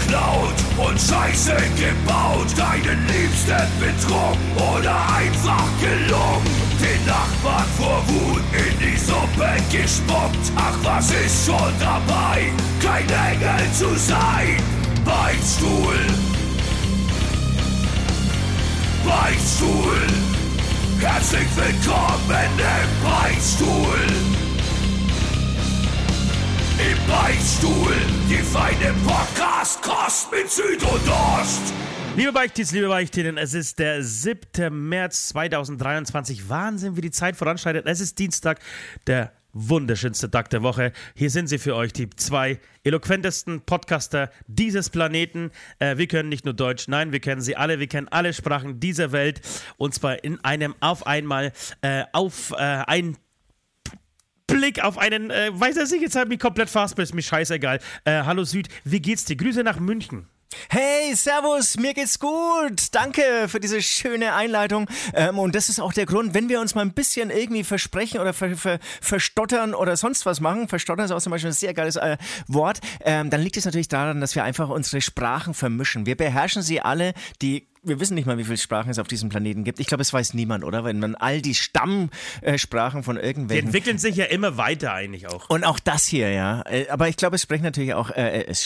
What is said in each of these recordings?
geklaut und Scheiße gebaut, deinen Liebsten betrogen oder einfach gelungen, den Nachbarn vor Wut in die Suppe gespuckt. Ach, was ist schon dabei, kein Engel zu sein? Beichtstuhl, Beichtstuhl, herzlich willkommen im Beichtstuhl. Im Beichtstuhl, die feine Podcast-Kost mit Süd und Ost. Liebe Beichtis, liebe Beichtinnen, es ist der 7. März 2023. Wahnsinn, wie die Zeit voranschreitet. Es ist Dienstag, der wunderschönste Tag der Woche. Hier sind sie für euch, die zwei eloquentesten Podcaster dieses Planeten. Wir können nicht nur Deutsch, nein, wir kennen sie alle. Wir kennen alle Sprachen dieser Welt. Und zwar in einem auf einmal auf ein Blick auf einen, weiß er sich, jetzt hat mich komplett fast, ist mir scheißegal. Hallo Süd, wie geht's dir? Grüße nach München. Hey, servus, mir geht's gut. Danke für diese schöne Einleitung. Und das ist auch der Grund, wenn wir uns mal ein bisschen irgendwie versprechen oder verstottern oder sonst was machen, verstottern ist auch zum Beispiel ein sehr geiles Wort, dann liegt es natürlich daran, dass wir einfach unsere Sprachen vermischen. Wir beherrschen sie alle, wir wissen nicht mal, wie viele Sprachen es auf diesem Planeten gibt. Ich glaube, es weiß niemand, oder? Wenn man all die Stammsprachen von irgendwelchen... Die entwickeln sich ja immer weiter eigentlich auch. Und auch das hier, ja. Aber ich glaube, es sprechen natürlich auch... Es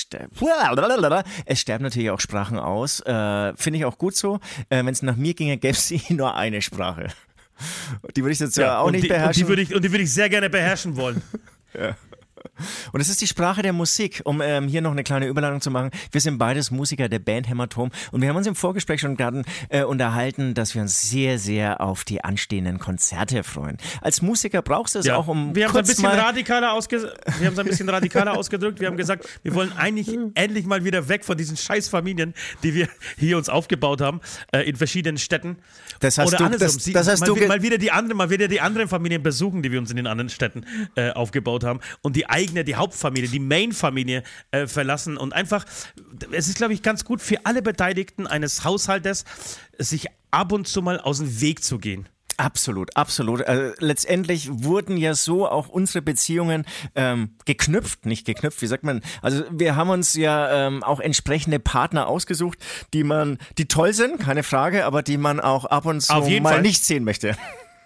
sterben natürlich auch Sprachen aus. Finde ich auch gut so. Wenn es nach mir ginge, gäbe es nur eine Sprache. Die würde ich jetzt ja auch nicht beherrschen. Und die würde ich sehr gerne beherrschen wollen. Ja. Und es ist die Sprache der Musik, um hier noch eine kleine Überleitung zu machen. Wir sind beides Musiker der Band Hämatom und wir haben uns im Vorgespräch schon gerade unterhalten, dass wir uns sehr, sehr auf die anstehenden Konzerte freuen. Als Musiker brauchst du es auch, um wir haben es ein bisschen radikaler ausgedrückt. Wir haben gesagt, wir wollen eigentlich endlich mal wieder weg von diesen scheiß Familien, die wir hier uns aufgebaut haben, in verschiedenen Städten. Das hast Oder du, andersrum. das hast du mal wieder die anderen Familien besuchen, die wir uns in den anderen Städten aufgebaut haben und die Hauptfamilie, die Main-Familie verlassen und einfach, es ist, glaube ich, ganz gut für alle Beteiligten eines Haushaltes, sich ab und zu mal aus dem Weg zu gehen. Absolut, absolut. Letztendlich wurden ja so auch unsere Beziehungen nicht geknüpft, wie sagt man? Also wir haben uns ja auch entsprechende Partner ausgesucht, die toll sind, keine Frage, aber die man auch ab und zu mal nicht sehen möchte.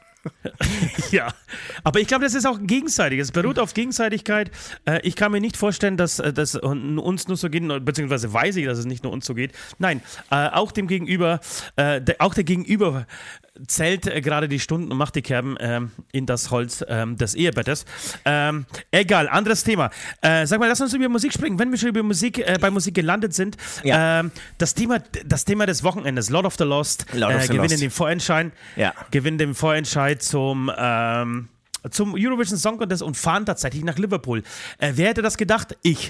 Ja, aber ich glaube, das ist auch gegenseitig. Es beruht auf Gegenseitigkeit. Ich kann mir nicht vorstellen, dass das uns nur so geht, beziehungsweise weiß ich, dass es nicht nur uns so geht. Nein, auch dem Gegenüber, auch der Gegenüber zählt gerade die Stunden und macht die Kerben in das Holz des Ehebettes. Egal, anderes Thema. Sag mal, lass uns über Musik sprechen. Wenn wir schon bei Musik gelandet sind, das Thema des Wochenendes, Lord of the Lost, gewinnen den Vorentscheid zum Eurovision Song Contest und fahren tatsächlich nach Liverpool. Wer hätte das gedacht? Ich.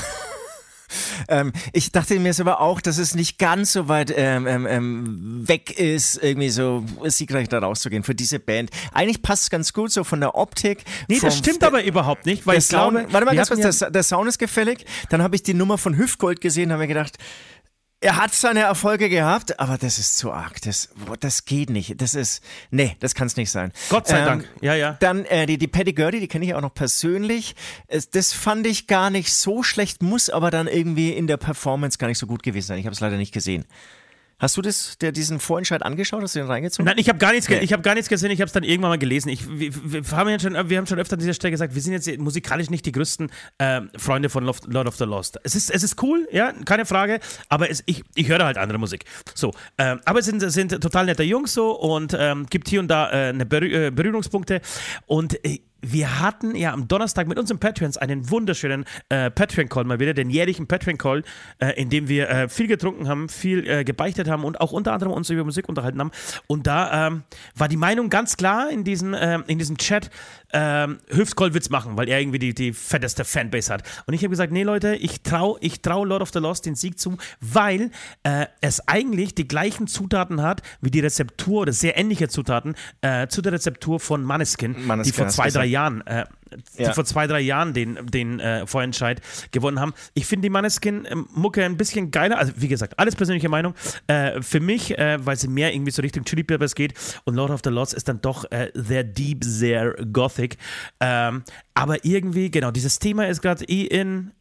Ich dachte mir aber auch, dass es nicht ganz so weit weg ist, irgendwie so siegreich da rauszugehen für diese Band. Eigentlich passt es ganz gut so von der Optik. Nee, das stimmt aber überhaupt nicht, weil ich glaube... Warte mal ganz kurz, der Sound ist gefällig. Dann habe ich die Nummer von Hüftgold gesehen und habe mir gedacht... Er hat seine Erfolge gehabt, aber das ist zu arg. Das geht nicht. Das kann es nicht sein. Gott sei Dank. Ja. Dann die Paddy Gurdy, die kenne ich auch noch persönlich. Das fand ich gar nicht so schlecht, muss aber dann irgendwie in der Performance gar nicht so gut gewesen sein. Ich habe es leider nicht gesehen. Hast du diesen Vorentscheid angeschaut? Hast du den reingezogen? Nein, ich habe gar nichts gesehen. Ich habe es dann irgendwann mal gelesen. Wir haben schon öfter an dieser Stelle gesagt, wir sind jetzt musikalisch nicht die größten Freunde von Lord of the Lost. Es ist cool, ja, keine Frage, aber ich höre halt andere Musik. So, aber es sind total nette Jungs so und gibt hier und da Berührungspunkte und wir hatten ja am Donnerstag mit unseren Patreons einen wunderschönen Patreon-Call mal wieder, den jährlichen Patreon-Call, in dem wir viel getrunken haben, viel gebeichtet haben und auch unter anderem uns über Musik unterhalten haben. Und da war die Meinung ganz klar in diesem Chat, Hüftgold wird's machen, weil er irgendwie die fetteste Fanbase hat. Und ich habe gesagt, nee Leute, ich trau Lord of the Lost den Sieg zu, weil es eigentlich die gleichen Zutaten hat wie die Rezeptur oder sehr ähnliche Zutaten zu der Rezeptur von Måneskin, die vor 2-3 Jahren vor 2-3 Jahren den Vorentscheid gewonnen haben. Ich finde die Måneskin-Mucke ein bisschen geiler. Also wie gesagt, alles persönliche Meinung. Für mich, weil sie mehr irgendwie so Richtung Chili Peppers geht und Lord of the Lost ist dann doch sehr deep, sehr gothic. Aber irgendwie, genau, dieses Thema ist gerade in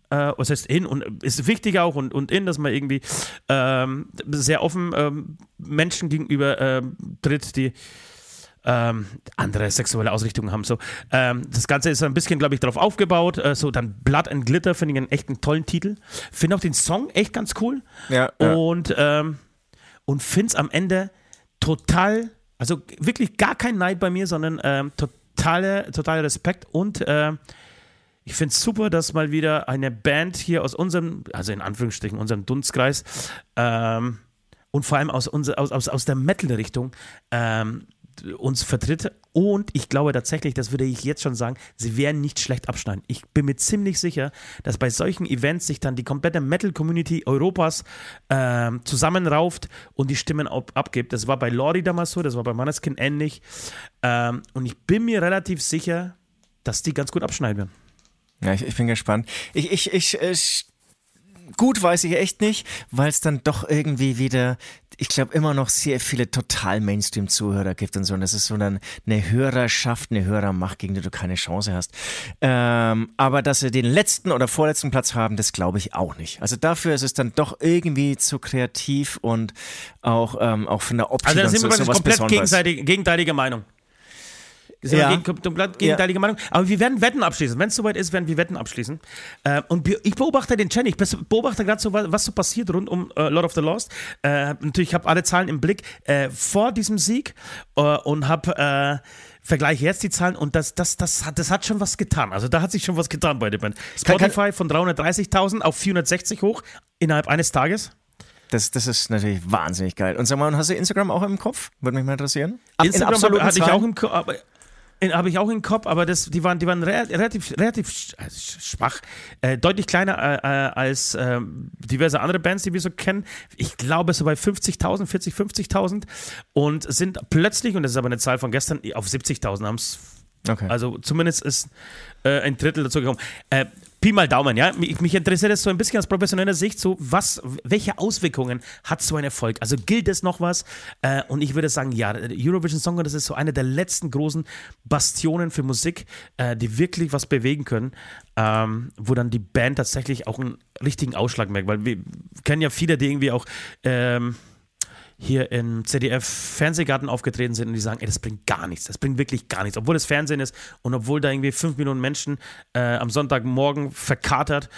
was heißt in und ist wichtig auch und in, dass man irgendwie sehr offen Menschen gegenüber tritt, die andere sexuelle Ausrichtungen haben. So, das Ganze ist ein bisschen, glaube ich, darauf aufgebaut. So dann Blood and Glitter finde ich einen echt einen tollen Titel. Finde auch den Song echt ganz cool. Ja. Und finde es am Ende total, also wirklich gar kein Neid bei mir, sondern totaler Respekt und ich finde es super, dass mal wieder eine Band hier aus unserem, also in Anführungsstrichen, unserem Dunstkreis und vor allem aus der Metal-Richtung uns vertritt. Und ich glaube tatsächlich, das würde ich jetzt schon sagen, sie werden nicht schlecht abschneiden. Ich bin mir ziemlich sicher, dass bei solchen Events sich dann die komplette Metal-Community Europas zusammenrauft und die Stimmen abgibt. Das war bei Lordi damals so, das war bei Måneskin ähnlich. Und ich bin mir relativ sicher, dass die ganz gut abschneiden werden. Ja, ich bin gespannt. Gut weiß ich echt nicht, weil es dann doch irgendwie wieder, ich glaube, immer noch sehr viele total Mainstream-Zuhörer gibt und so. Und das ist so dann eine Hörerschaft, eine Hörermacht, gegen die du keine Chance hast. Aber dass sie den letzten oder vorletzten Platz haben, das glaube ich auch nicht. Also dafür ist es dann doch irgendwie zu kreativ und auch von der Optik also da sind wir so was komplett Besonderes. gegenteilige Meinung. Gegenteilige Meinung. Aber wir werden Wetten abschließen. Wenn es soweit ist, werden wir Wetten abschließen. Und ich beobachte den Channel. Ich beobachte gerade so, was so passiert rund um Lord of the Lost. Natürlich, ich habe alle Zahlen im Blick vor diesem Sieg und habe vergleiche jetzt die Zahlen und das hat schon was getan. Also da hat sich schon was getan bei der Band. Spotify von 330.000 auf 460 hoch innerhalb eines Tages. Das ist natürlich wahnsinnig geil. Und sag mal, hast du Instagram auch im Kopf? Würde mich mal interessieren. Instagram hatte ich auch im Kopf. Habe ich auch im Kopf, aber die waren relativ schwach, deutlich kleiner als diverse andere Bands, die wir so kennen. Ich glaube so bei 50.000 und sind plötzlich, und das ist aber eine Zahl von gestern, auf 70.000 haben es. Okay. Also zumindest ist ein Drittel dazu gekommen. Pi mal Daumen, ja. Mich interessiert es so ein bisschen aus professioneller Sicht, so welche Auswirkungen hat so ein Erfolg? Also gilt es noch was? Und ich würde sagen, ja, Eurovision Song Contest ist so eine der letzten großen Bastionen für Musik, die wirklich was bewegen können, wo dann die Band tatsächlich auch einen richtigen Ausschlag merkt, weil wir kennen ja viele, die irgendwie auch hier im ZDF-Fernsehgarten aufgetreten sind und die sagen, ey, das bringt gar nichts, das bringt wirklich gar nichts. Obwohl es Fernsehen ist und obwohl da irgendwie 5 Millionen Menschen am Sonntagmorgen verkatert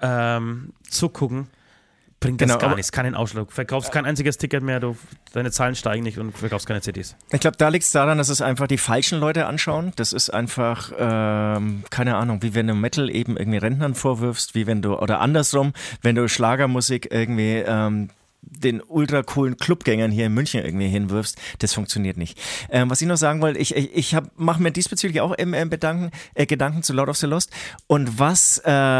zugucken, bringt das gar nichts, keinen Ausschlag. Verkaufst kein einziges Ticket mehr, deine Zahlen steigen nicht und verkaufst keine CDs. Ich glaube, da liegt es daran, dass es einfach die falschen Leute anschauen. Das ist einfach, keine Ahnung, wie wenn du Metal eben irgendwie Rentnern vorwirfst, wie wenn du, oder andersrum, wenn du Schlagermusik irgendwie den ultra coolen Clubgängern hier in München irgendwie hinwirfst, das funktioniert nicht. Was ich noch sagen wollte, ich mache mir diesbezüglich auch Gedanken zu Lord of the Lost und was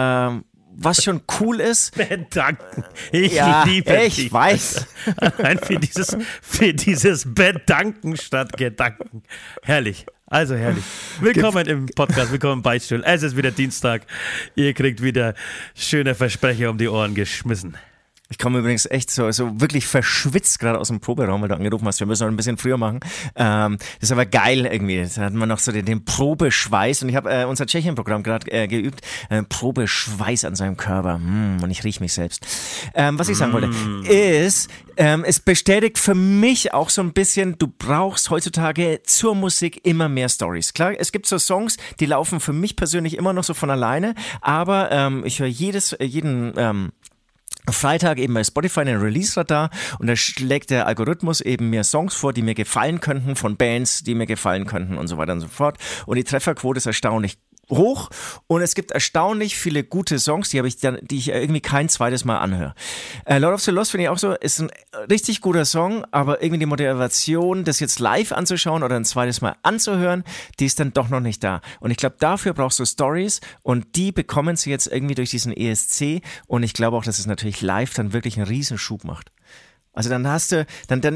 schon cool ist. Bedanken. Ich liebe ich weiß. Allein für dieses Bedanken statt Gedanken. Herrlich. Also herrlich. Willkommen im Podcast, willkommen im Beichtstuhl. Es ist wieder Dienstag. Ihr kriegt wieder schöne Versprecher um die Ohren geschmissen. Ich komme übrigens echt so wirklich verschwitzt gerade aus dem Proberaum, weil du angerufen hast, wir müssen noch ein bisschen früher machen. Das ist aber geil irgendwie. Da hatten wir noch so den Probeschweiß und ich habe unser Tschechien-Programm gerade geübt. Probeschweiß an seinem Körper. Und ich rieche mich selbst. Was ich sagen wollte, ist, es bestätigt für mich auch so ein bisschen, du brauchst heutzutage zur Musik immer mehr Storys. Klar, es gibt so Songs, die laufen für mich persönlich immer noch so von alleine, aber ich höre jeden Freitag eben bei Spotify einen Release-Radar und da schlägt der Algorithmus eben mir Songs vor, die mir gefallen könnten, von Bands, die mir gefallen könnten und so weiter und so fort. Und die Trefferquote ist erstaunlich hoch und es gibt erstaunlich viele gute Songs, die ich irgendwie kein zweites Mal anhöre. Lord of the Lost finde ich auch so, ist ein richtig guter Song, aber irgendwie die Motivation, das jetzt live anzuschauen oder ein zweites Mal anzuhören, die ist dann doch noch nicht da. Und ich glaube, dafür brauchst du Stories und die bekommen sie jetzt irgendwie durch diesen ESC und ich glaube auch, dass es natürlich live dann wirklich einen Riesenschub macht. Also dann hast du,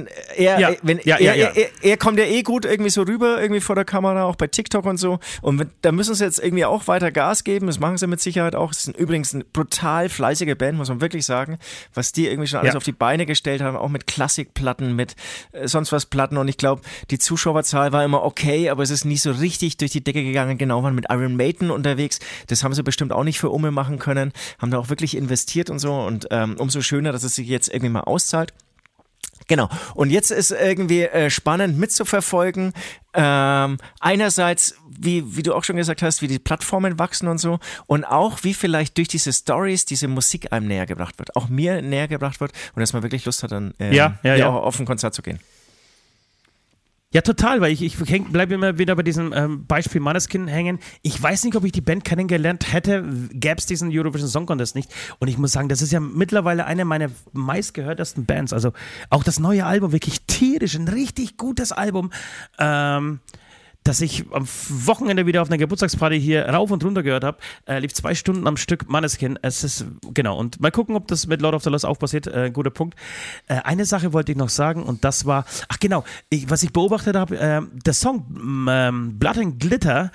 er kommt ja eh gut irgendwie so rüber, irgendwie vor der Kamera, auch bei TikTok und so. Und da müssen sie jetzt irgendwie auch weiter Gas geben. Das machen sie mit Sicherheit auch. Es ist übrigens eine brutal fleißige Band, muss man wirklich sagen. Was die irgendwie schon alles auf die Beine gestellt haben, auch mit Klassikplatten, mit sonst was Platten. Und ich glaube, die Zuschauerzahl war immer okay, aber es ist nie so richtig durch die Decke gegangen. Genau, waren mit Iron Maiden unterwegs. Das haben sie bestimmt auch nicht für Umme machen können. Haben da auch wirklich investiert und so. Und umso schöner, dass es sich jetzt irgendwie mal auszahlt. Genau. Und jetzt ist irgendwie spannend mitzuverfolgen. Einerseits, wie du auch schon gesagt hast, wie die Plattformen wachsen und so. Und auch, wie vielleicht durch diese Stories diese Musik einem näher gebracht wird. Auch mir näher gebracht wird. Und dass man wirklich Lust hat, dann auch auf ein Konzert zu gehen. Ja, total, weil ich bleibe immer wieder bei diesem Beispiel Måneskin hängen. Ich weiß nicht, ob ich die Band kennengelernt hätte, gäbe es diesen Eurovision Song Contest nicht. Und ich muss sagen, das ist ja mittlerweile eine meiner meistgehörtesten Bands. Also auch das neue Album, wirklich tierisch, ein richtig gutes Album. Dass ich am Wochenende wieder auf einer Geburtstagsparty hier rauf und runter gehört habe, lief 2 Stunden am Stück Måneskin. Es ist, genau, und mal gucken, ob das mit Lord of the Lost auch passiert. Guter Punkt. Eine Sache wollte ich noch sagen und das war, was ich beobachtet habe, der Song Blood and Glitter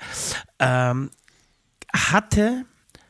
hatte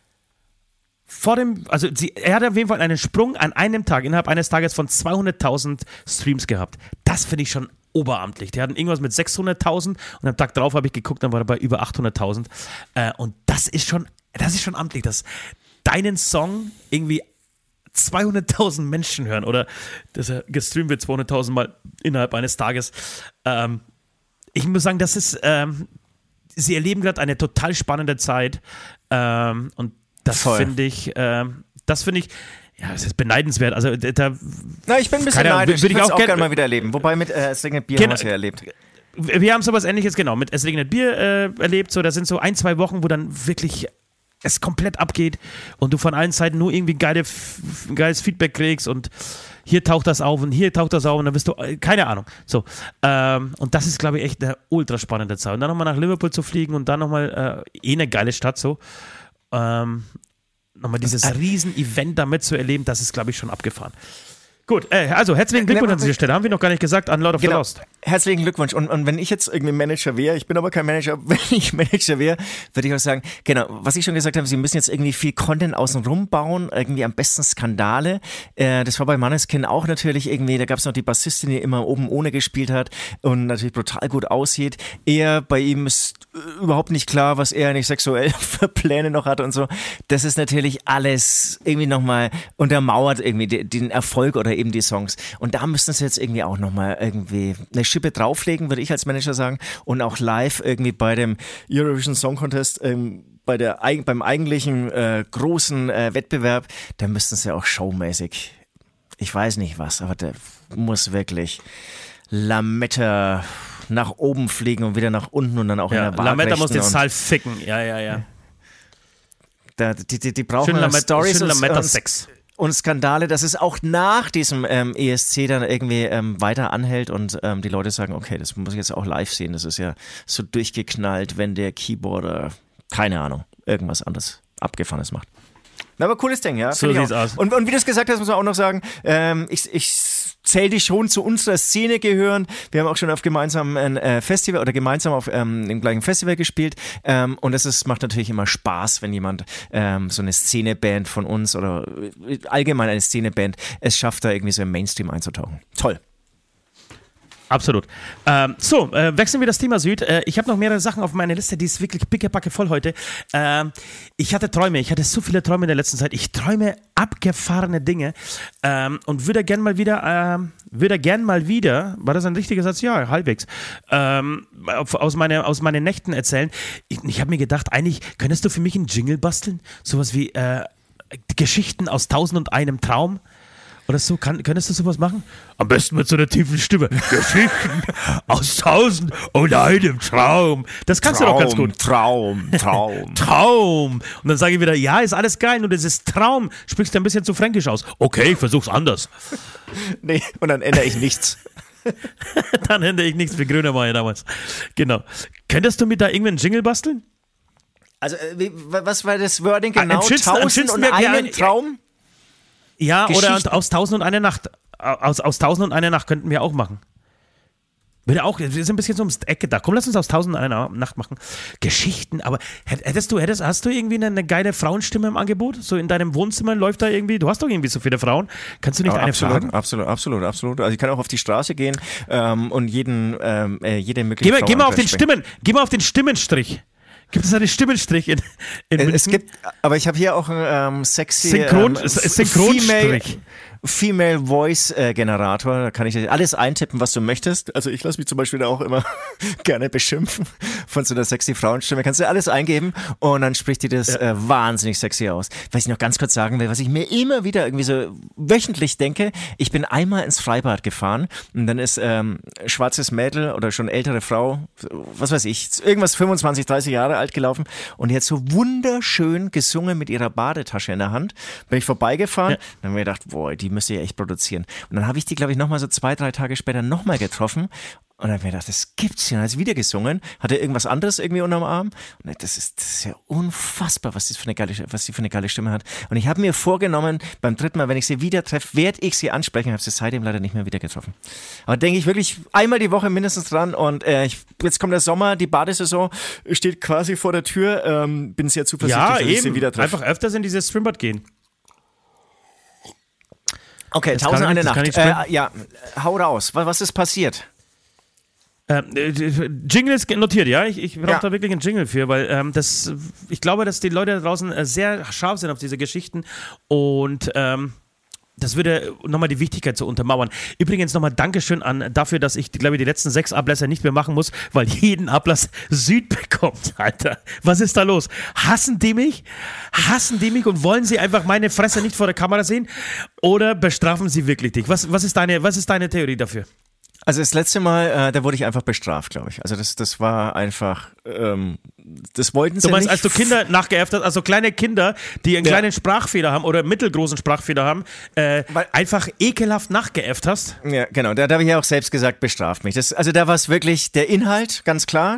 er hat auf jeden Fall einen Sprung an einem Tag, innerhalb eines Tages von 200.000 Streams gehabt. Das finde ich schon oberamtlich. Die hatten irgendwas mit 600.000 und am Tag drauf habe ich geguckt, dann war er bei über 800.000. Und das ist schon amtlich, dass deinen Song irgendwie 200.000 Menschen hören oder dass er gestreamt wird 200.000 Mal innerhalb eines Tages. Ich muss sagen, das ist, sie erleben gerade eine total spannende Zeit und das finde ich, ja, es ist beneidenswert. Also, ich bin ein bisschen neidisch. Ich würde es auch gerne mal wieder erleben. Wobei mit Es regnet Bier haben wir es ja erlebt. Wir haben sowas Ähnliches, genau, mit Es regnet Bier erlebt. So, das sind so 1-2 Wochen, wo dann wirklich es komplett abgeht und du von allen Seiten nur irgendwie geiles Feedback kriegst und hier taucht das auf und hier taucht das auf und dann bist du, keine Ahnung. So, und das ist, glaube ich, echt eine ultra spannende Zeit. Und dann nochmal nach Liverpool zu fliegen und dann nochmal eine geile Stadt so. Nochmal dieses Riesen-Event da mitzuerleben, das ist, glaube ich, schon abgefahren. Gut, also herzlichen Glückwunsch an dieser Stelle. Haben wir noch gar nicht gesagt, an Lord of the Lost. Herzlichen Glückwunsch. Und wenn ich jetzt irgendwie Manager wäre, ich bin aber kein Manager, wenn ich Manager wäre, würde ich auch sagen, genau, was ich schon gesagt habe, sie müssen jetzt irgendwie viel Content außenrum bauen, irgendwie am besten Skandale. Das war bei Måneskin auch natürlich irgendwie, da gab es noch die Bassistin, die immer oben ohne gespielt hat und natürlich brutal gut aussieht. Bei ihm ist überhaupt nicht klar, was er nicht sexuell für Pläne noch hat und so. Das ist natürlich alles irgendwie nochmal untermauert irgendwie den Erfolg oder eben die Songs. Und da müssten sie jetzt irgendwie auch nochmal irgendwie eine Schippe drauflegen, würde ich als Manager sagen. Und auch live irgendwie bei dem Eurovision Song Contest, beim eigentlichen großen Wettbewerb, da müssten sie auch showmäßig, ich weiß nicht was, aber der muss wirklich Lametta nach oben fliegen und wieder nach unten und dann auch in der Waagrechten. Lametta muss den Saal ficken, ja. Die brauchen Storys Lametta-Sex. Und Skandale, dass es auch nach diesem ESC dann irgendwie weiter anhält und die Leute sagen, okay, das muss ich jetzt auch live sehen, das ist ja so durchgeknallt, wenn der Keyboarder, keine Ahnung, irgendwas anderes Abgefahrenes macht. Aber cooles Ding, ja. So sieht's aus. Und wie du es gesagt hast, muss man auch noch sagen, ich zähle dich schon zu unserer Szene gehören. Wir haben auch schon auf gemeinsamen Festival oder gemeinsam auf dem gleichen Festival gespielt. Und macht natürlich immer Spaß, wenn jemand so eine Szeneband von uns oder allgemein eine Szeneband es schafft, da irgendwie so im Mainstream einzutauchen. Toll. Absolut. Wechseln wir das Thema Süd. Ich habe noch mehrere Sachen auf meiner Liste, die ist wirklich pickepacke voll heute. Ich hatte so viele Träume in der letzten Zeit. Ich träume abgefahrene Dinge und würde gern mal wieder, war das ein richtiger Satz? Ja, halbwegs, aus meinen Nächten erzählen. Ich habe mir gedacht, eigentlich könntest du für mich einen Jingle basteln? Sowas wie Geschichten aus 1001 Traum. Oder so, könntest du sowas machen? Am besten mit so einer tiefen Stimme. Geschichten aus 1001 Traum. Das kannst du doch ganz gut. Traum. Und dann sage ich wieder, ja, ist alles geil, nur das ist Traum. Sprichst du ein bisschen zu fränkisch aus. Okay, ich versuch's anders. Nee, und dann ändere ich nichts. Dann ändere ich nichts wie Grönemeyer damals. Genau. Könntest du mir da irgendeinen Jingle basteln? Also, was war das Wording genau? 1001 Traum? Ja, oder aus 1001 Nacht. aus 1001 Nacht könnten wir auch machen. Wir sind ein bisschen so ums Eck gedacht. Komm, lass uns aus 1001 Nacht machen. Geschichten, aber hast du irgendwie eine geile Frauenstimme im Angebot? So in deinem Wohnzimmer läuft da irgendwie, du hast doch irgendwie so viele Frauen. Kannst du nicht eine fragen? Absolut. Also ich kann auch auf die Straße gehen und jede mögliche Frau Geh mal auf den Stimmenstrich. Gibt es einen Stimmenstrich in München? Es gibt, aber ich habe hier auch einen sexy Synchronstrich. Female Voice Generator, da kann ich alles eintippen, was du möchtest. Also ich lasse mich zum Beispiel da auch immer gerne beschimpfen von so einer sexy Frauenstimme. Kannst du alles eingeben und dann spricht die das wahnsinnig sexy aus. Was ich noch ganz kurz sagen will, was ich mir immer wieder irgendwie so wöchentlich denke, ich bin einmal ins Freibad gefahren und dann ist schwarzes Mädel oder schon ältere Frau, was weiß ich, irgendwas 25, 30 Jahre alt gelaufen und die hat so wunderschön gesungen mit ihrer Badetasche in der Hand. Bin ich vorbeigefahren, dann habe ich mir gedacht, boah, die müsste ja echt produzieren. Und dann habe ich die, glaube ich, nochmal so 2-3 Tage später nochmal getroffen und dann habe ich mir gedacht, das gibt's ja. Dann hat sie wieder gesungen, hatte irgendwas anderes irgendwie unterm Arm und das ist ja unfassbar, was die für eine geile Stimme hat. Und ich habe mir vorgenommen, beim 3. Mal, wenn ich sie wieder treffe, werde ich sie ansprechen. Ich habe sie seitdem leider nicht mehr wieder getroffen. Aber denke ich wirklich einmal die Woche mindestens dran und jetzt kommt der Sommer, die Badesaison steht quasi vor der Tür. Bin sehr zuversichtlich, dass ich sie wieder treffe. Einfach öfters in dieses Schwimmbad gehen. Okay, 1001 Nacht. Hau raus. Was ist passiert? Jingle ist notiert, ja? Ich brauche da wirklich einen Jingle für, weil ich glaube, dass die Leute da draußen sehr scharf sind auf diese Geschichten und das würde nochmal die Wichtigkeit so untermauern. Übrigens nochmal Dankeschön dafür, dass ich, glaube ich, die letzten 6 Ablässe nicht mehr machen muss, weil jeden Ablass Süd bekommt, Alter. Was ist da los? Hassen die mich? Und wollen sie einfach meine Fresse nicht vor der Kamera sehen? Oder bestrafen sie wirklich dich? Was ist deine Theorie dafür? Also das letzte Mal, da wurde ich einfach bestraft, glaube ich. Also das war einfach, das wollten sie nicht. Du meinst, als du Kinder nachgeäfft hast, also kleine Kinder, die einen kleinen Sprachfehler haben oder mittelgroßen Sprachfehler haben, einfach ekelhaft nachgeäfft hast? Ja, genau. Da habe ich ja auch selbst gesagt, bestraft mich. Also da war es wirklich der Inhalt, ganz klar,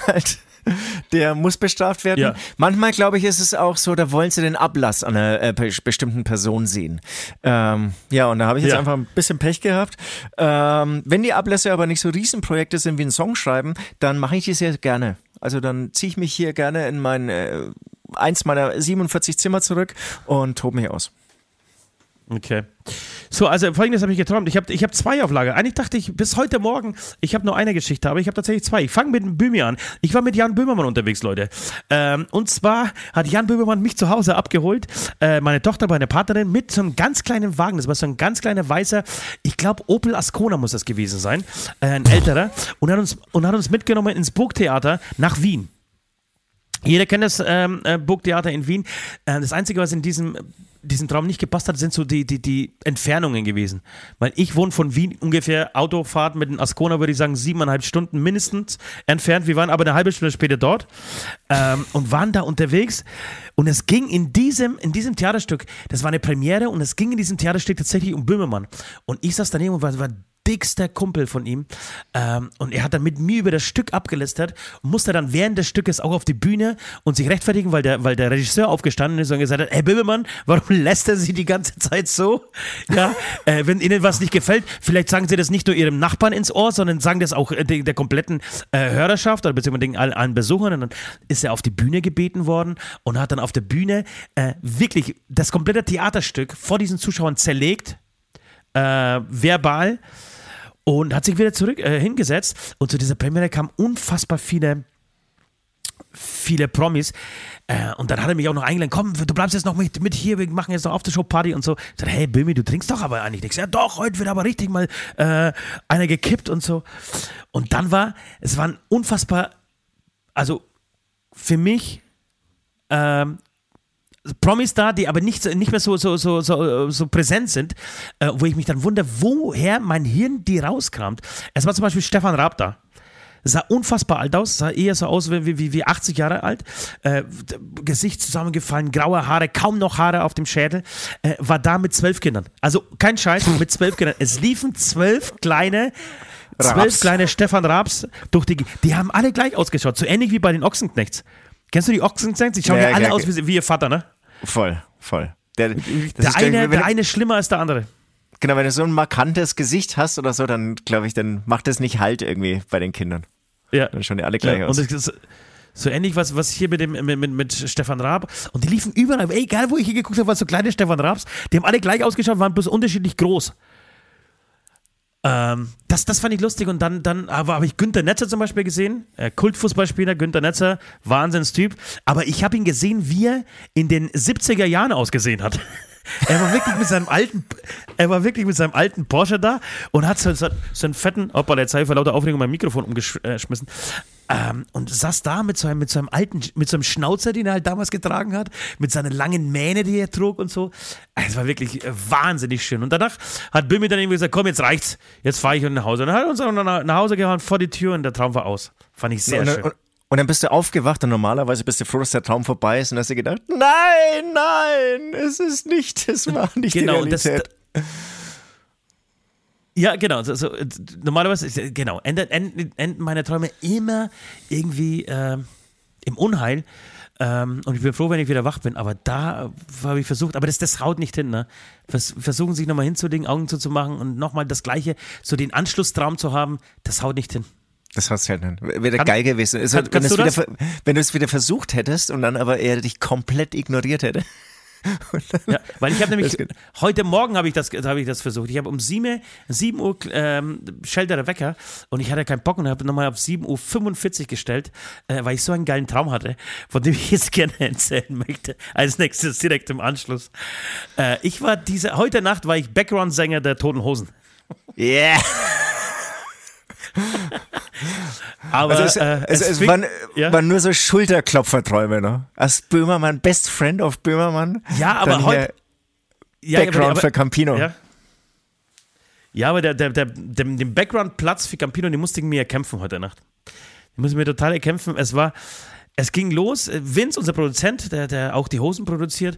der muss bestraft werden. Ja. Manchmal, glaube ich, ist es auch so, da wollen sie den Ablass an einer bestimmten Person sehen. Und da habe ich jetzt einfach ein bisschen Pech gehabt. Wenn die Ablässe aber nicht so Riesenprojekte sind wie ein Song schreiben, dann mache ich die sehr gerne. Also dann ziehe ich mich hier gerne in eins meiner 47 Zimmer zurück und tobe mich aus. Okay. So, also Folgendes habe ich geträumt. Ich hab 2 auf Lager. Eigentlich dachte ich bis heute Morgen, ich habe nur eine Geschichte, aber ich habe tatsächlich 2. Ich fange mit dem Bümi an. Ich war mit Jan Böhmermann unterwegs, Leute. Und zwar hat Jan Böhmermann mich zu Hause abgeholt, meine Tochter, meine Partnerin, mit so einem ganz kleinen Wagen. Das war so ein ganz kleiner weißer, ich glaube Opel Ascona muss das gewesen sein, ein älterer. Und hat uns mitgenommen ins Burgtheater nach Wien. Jeder kennt das Burgtheater in Wien. Das Einzige, was in diesem Traum nicht gepasst hat, sind so die Entfernungen gewesen. Weil ich wohne von Wien ungefähr, Autofahrt mit dem Ascona, würde ich sagen, 7,5 Stunden mindestens entfernt. Wir waren aber eine halbe Stunde später dort und waren da unterwegs. Und es ging in diesem Theaterstück, das war eine Premiere, und es ging in diesem Theaterstück tatsächlich um Böhmermann. Und ich saß daneben und war dickster Kumpel von ihm und er hat dann mit mir über das Stück abgelästert und musste dann während des Stückes auch auf die Bühne und sich rechtfertigen, weil der Regisseur aufgestanden ist und gesagt hat, hey Böhmermann, warum lästern Sie die ganze Zeit so? Ja, wenn Ihnen was nicht gefällt, vielleicht sagen Sie das nicht nur Ihrem Nachbarn ins Ohr, sondern sagen das auch der kompletten Hörerschaft oder beziehungsweise allen Besuchern. Und dann ist er auf die Bühne gebeten worden und hat dann auf der Bühne wirklich das komplette Theaterstück vor diesen Zuschauern zerlegt, verbal, und hat sich wieder zurück hingesetzt, und zu dieser Premiere kamen unfassbar viele Promis, und dann hat er mich auch noch eingeladen, komm, du bleibst jetzt noch mit hier, wir machen jetzt noch Aftershow-Party und so. Ich sagte, hey Böhmi, du trinkst doch aber eigentlich nichts. Ja doch, heute wird aber richtig mal einer gekippt und so. Und dann es war ein unfassbar, also für mich Promis da, die aber nicht mehr so präsent sind, wo ich mich dann wundere, woher mein Hirn die rauskramt. Es war zum Beispiel Stefan Raab da. Sah unfassbar alt aus, sah eher so aus wie 80 Jahre alt. Gesicht zusammengefallen, graue Haare, kaum noch Haare auf dem Schädel. War da mit 12 Kindern. Also kein Scheiß, mit 12 Kindern. Es liefen 12 kleine Stefan Raabs durch die haben alle gleich ausgeschaut. So ähnlich wie bei den Ochsenknechts. Kennst du die Ochsenknechts? Die schauen ja alle aus wie ihr Vater, ne? Voll. Der eine schlimmer als der andere. Genau, wenn du so ein markantes Gesicht hast oder so, dann glaube ich, dann macht das nicht Halt irgendwie bei den Kindern. Ja. Dann schauen die alle gleich aus. Und das ist so ähnlich, was hier mit Stefan Raab. Und die liefen überall, egal wo ich hier geguckt habe, waren so kleine Stefan Raabs, die haben alle gleich ausgeschaut, waren bloß unterschiedlich groß. Das fand ich lustig. Und dann habe ich Günther Netzer zum Beispiel gesehen, Kultfußballspieler, Günther Netzer, Wahnsinnstyp. Aber ich habe ihn gesehen, wie er in den 70er Jahren ausgesehen hat. Er war wirklich mit seinem alten Porsche da und hat so einen fetten, jetzt habe ich vor lauter Aufregung mein Mikrofon umgeschmissen, und saß da mit so einem Schnauzer, den er halt damals getragen hat, mit seiner langen Mähne, die er trug und so. Es war wirklich wahnsinnig schön. Und danach hat Bill mir dann irgendwie gesagt, komm, jetzt reicht's, jetzt fahre ich nach Hause. Und dann hat er uns auch nach Hause gehauen, vor die Tür, und der Traum war aus. Fand ich sehr schön. Und dann bist du aufgewacht und normalerweise bist du froh, dass der Traum vorbei ist, und hast dir gedacht, nein, es war nicht die Realität. Ja, genau. Normalerweise enden meine Träume immer irgendwie im Unheil. Und ich bin froh, wenn ich wieder wach bin. Aber da habe ich versucht, aber das haut nicht hin. Ne? Versuchen sich nochmal hinzulegen, Augen zuzumachen und nochmal das Gleiche, so den Anschlusstraum zu haben, das haut nicht hin. Das hast du halt nicht. Wäre geil gewesen. Wenn du es wieder versucht hättest und dann aber er dich komplett ignoriert hätte. Ja, weil ich habe nämlich, heute Morgen habe ich das versucht. Ich habe um 7 Uhr schellt der Wecker und ich hatte keinen Bock und habe nochmal auf 7:45 Uhr gestellt, weil ich so einen geilen Traum hatte, von dem ich jetzt gerne erzählen möchte. Als nächstes direkt im Anschluss. Heute Nacht war ich Background-Sänger der Toten Hosen. Yeah! Aber also es waren nur so Schulterklopferträume, ne? Als Böhmermann, Best Friend of Böhmermann. Ja, aber heute. Background für Campino. Ja, aber den Background-Platz für Campino, den musste ich mir erkämpfen heute Nacht. Den musste ich mir total erkämpfen. Es ging los. Vince, unser Produzent, der auch die Hosen produziert,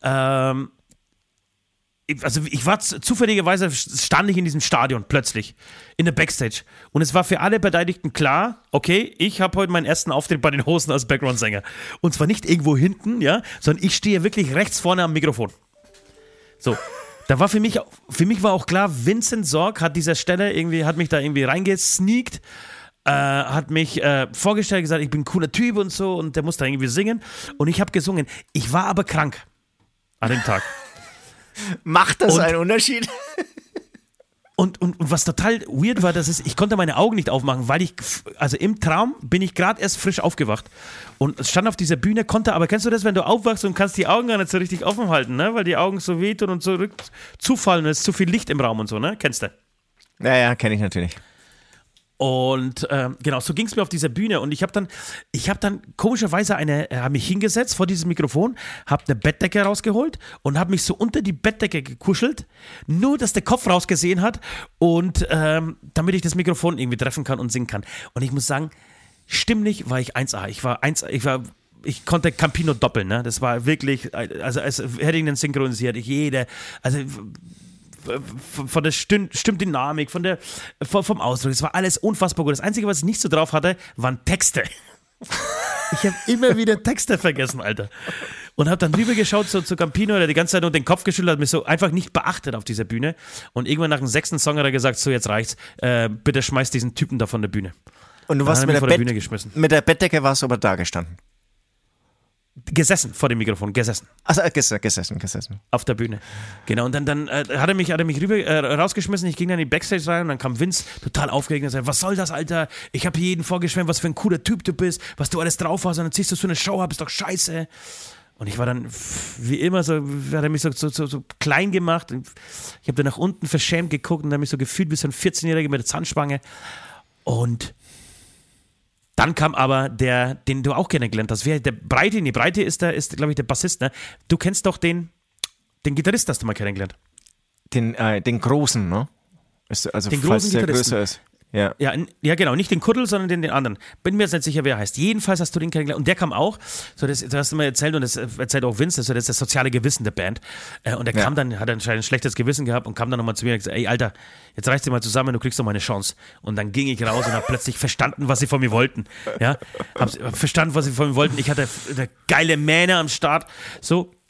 ich war zufälligerweise, stand ich in diesem Stadion plötzlich, in der Backstage. Und es war für alle Beteiligten klar, okay, ich habe heute meinen ersten Auftritt bei den Hosen als Background-Sänger. Und zwar nicht irgendwo hinten, ja, sondern ich stehe wirklich rechts vorne am Mikrofon. So, da war für mich war auch klar, Vincent Sorg hat mich da irgendwie reingesneakt, hat mich vorgestellt, gesagt, ich bin ein cooler Typ und so, und der muss da irgendwie singen. Und ich habe gesungen. Ich war aber krank an dem Tag. Macht das einen Unterschied? Und was total weird war, ich konnte meine Augen nicht aufmachen, weil im Traum bin ich gerade erst frisch aufgewacht und stand auf dieser Bühne, aber kennst du das, wenn du aufwachst und kannst die Augen gar nicht so richtig offen halten, ne? Weil die Augen so wehtun und so zufallen und es ist zu viel Licht im Raum und so, ne? Kennst du? Ja, kenne ich natürlich. Und genau, so ging es mir auf dieser Bühne und ich habe dann komischerweise habe mich hingesetzt vor diesem Mikrofon, habe eine Bettdecke rausgeholt und habe mich so unter die Bettdecke gekuschelt, nur dass der Kopf rausgesehen hat und damit ich das Mikrofon irgendwie treffen kann und singen kann. Und ich muss sagen, stimmlich war ich 1A. Ich konnte Campino doppeln, ne? Das war wirklich, also als hätte ich ihn synchronisiert. Von der Stimmdynamik, vom Ausdruck, es war alles unfassbar gut. Das Einzige, was ich nicht so drauf hatte, waren Texte. Ich habe immer wieder Texte vergessen, Alter. Und habe dann rübergeschaut zu Campino, der die ganze Zeit nur den Kopf geschüttelt hat, mich so einfach nicht beachtet auf dieser Bühne. Und irgendwann nach dem 6. Song hat er gesagt, so jetzt reicht's, bitte schmeiß diesen Typen da von der Bühne. Und du warst mit der Bettdecke warst du aber da gestanden? Gesessen, vor dem Mikrofon, gesessen. Also gesessen. Auf der Bühne. Genau, und dann hat er mich rausgeschmissen, ich ging dann in die Backstage rein und dann kam Vince total aufgeregt und sagte, was soll das, Alter? Ich habe jeden vorgeschwärmt, was für ein cooler Typ du bist, was du alles drauf hast und dann ziehst du so eine Show ab, ist doch scheiße. Und ich war dann, wie immer, so, hat er mich so klein gemacht und ich habe dann nach unten verschämt geguckt und dann mich so gefühlt wie so ein 14-Jähriger mit der Zahnspange. Und dann kam aber den du auch kennengelernt hast. Der Breite, Breite ist glaube ich, der Bassist, ne? Du kennst doch den Gitarrist, hast du mal kennengelernt. Den Großen, ne? Also den falls großen der Gitarristen. größer ist. Ja. Ja, genau, nicht den Kuddel, sondern den anderen. Bin mir jetzt nicht sicher, wer er heißt. Jedenfalls hast du den kennengelernt. Und der kam auch, so das hast du mir erzählt und das erzählt auch Vince, das ist das soziale Gewissen der Band. Und der kam dann, hat anscheinend ein schlechtes Gewissen gehabt und kam dann nochmal zu mir und gesagt, ey, Alter, jetzt reißt dir mal zusammen, du kriegst doch mal eine Chance. Und dann ging ich raus und habe plötzlich verstanden, was sie von mir wollten. Ja, hab verstanden, was sie von mir wollten. Ich hatte eine geile Mähne am Start, so.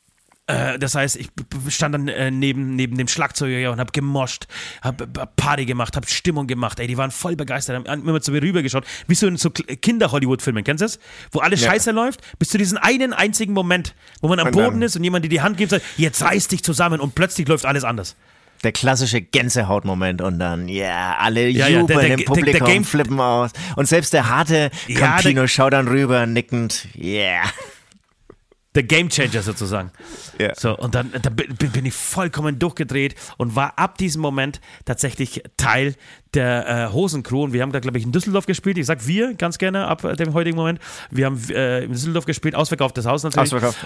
Das heißt, ich stand dann neben dem Schlagzeuger und habe gemoscht, habe Party gemacht, habe Stimmung gemacht. Ey, die waren voll begeistert, haben immer zu mir rübergeschaut. Wie so in so Kinder-Hollywood-Filmen, kennst du das? Wo alles scheiße läuft, bis zu diesem einen einzigen Moment, wo man am Boden ist und jemand dir die Hand gibt und sagt, jetzt reiß dich zusammen und plötzlich läuft alles anders. Der klassische Gänsehaut-Moment und dann, alle jubeln im Publikum, flippen aus. Und selbst der harte Campino schaut dann rüber, nickend, Der Gamechanger sozusagen. Ja. So, und dann bin ich vollkommen durchgedreht und war ab diesem Moment tatsächlich Teil der Hosencrew. Und wir haben da, glaube ich, in Düsseldorf gespielt. Ich sag wir ganz gerne ab dem heutigen Moment. Wir haben in Düsseldorf gespielt, ausverkauftes Haus natürlich. Ausverkauft,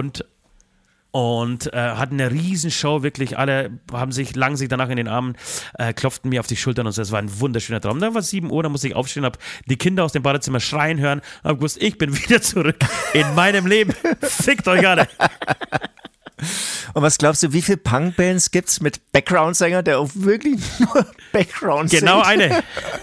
Und hatten eine Riesenshow, wirklich. Alle lagen sich danach in den Armen, klopften mir auf die Schultern und so. Es war ein wunderschöner Traum. Dann war es 7 Uhr, dann musste ich aufstehen, habe die Kinder aus dem Badezimmer schreien hören, habe gewusst, ich bin wieder zurück in meinem Leben. Fickt euch alle. Und was glaubst du, wie viele Punkbands gibt's mit Background-Sänger, der auch wirklich nur Background singt? Genau eine.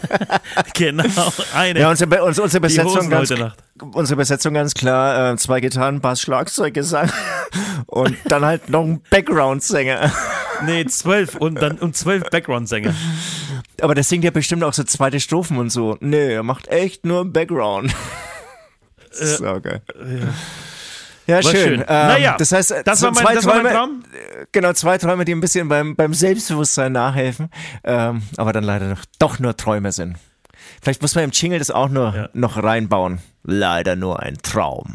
Ja, unsere Besetzung ganz klar, 2 Gitarren, Bass, Schlagzeug, Gesang und dann halt noch ein Background-Sänger. Nee, 12 und 12 Background-Sänger. Aber der singt ja bestimmt auch so zweite Strophen und so. Nee, er macht echt nur Background. So geil. Ja, schön. Naja, das heißt, das war mein Traum. Genau, 2 Träume, die ein bisschen beim Selbstbewusstsein nachhelfen, aber dann leider doch nur Träume sind. Vielleicht muss man im Jingle das auch noch reinbauen. Leider nur ein Traum.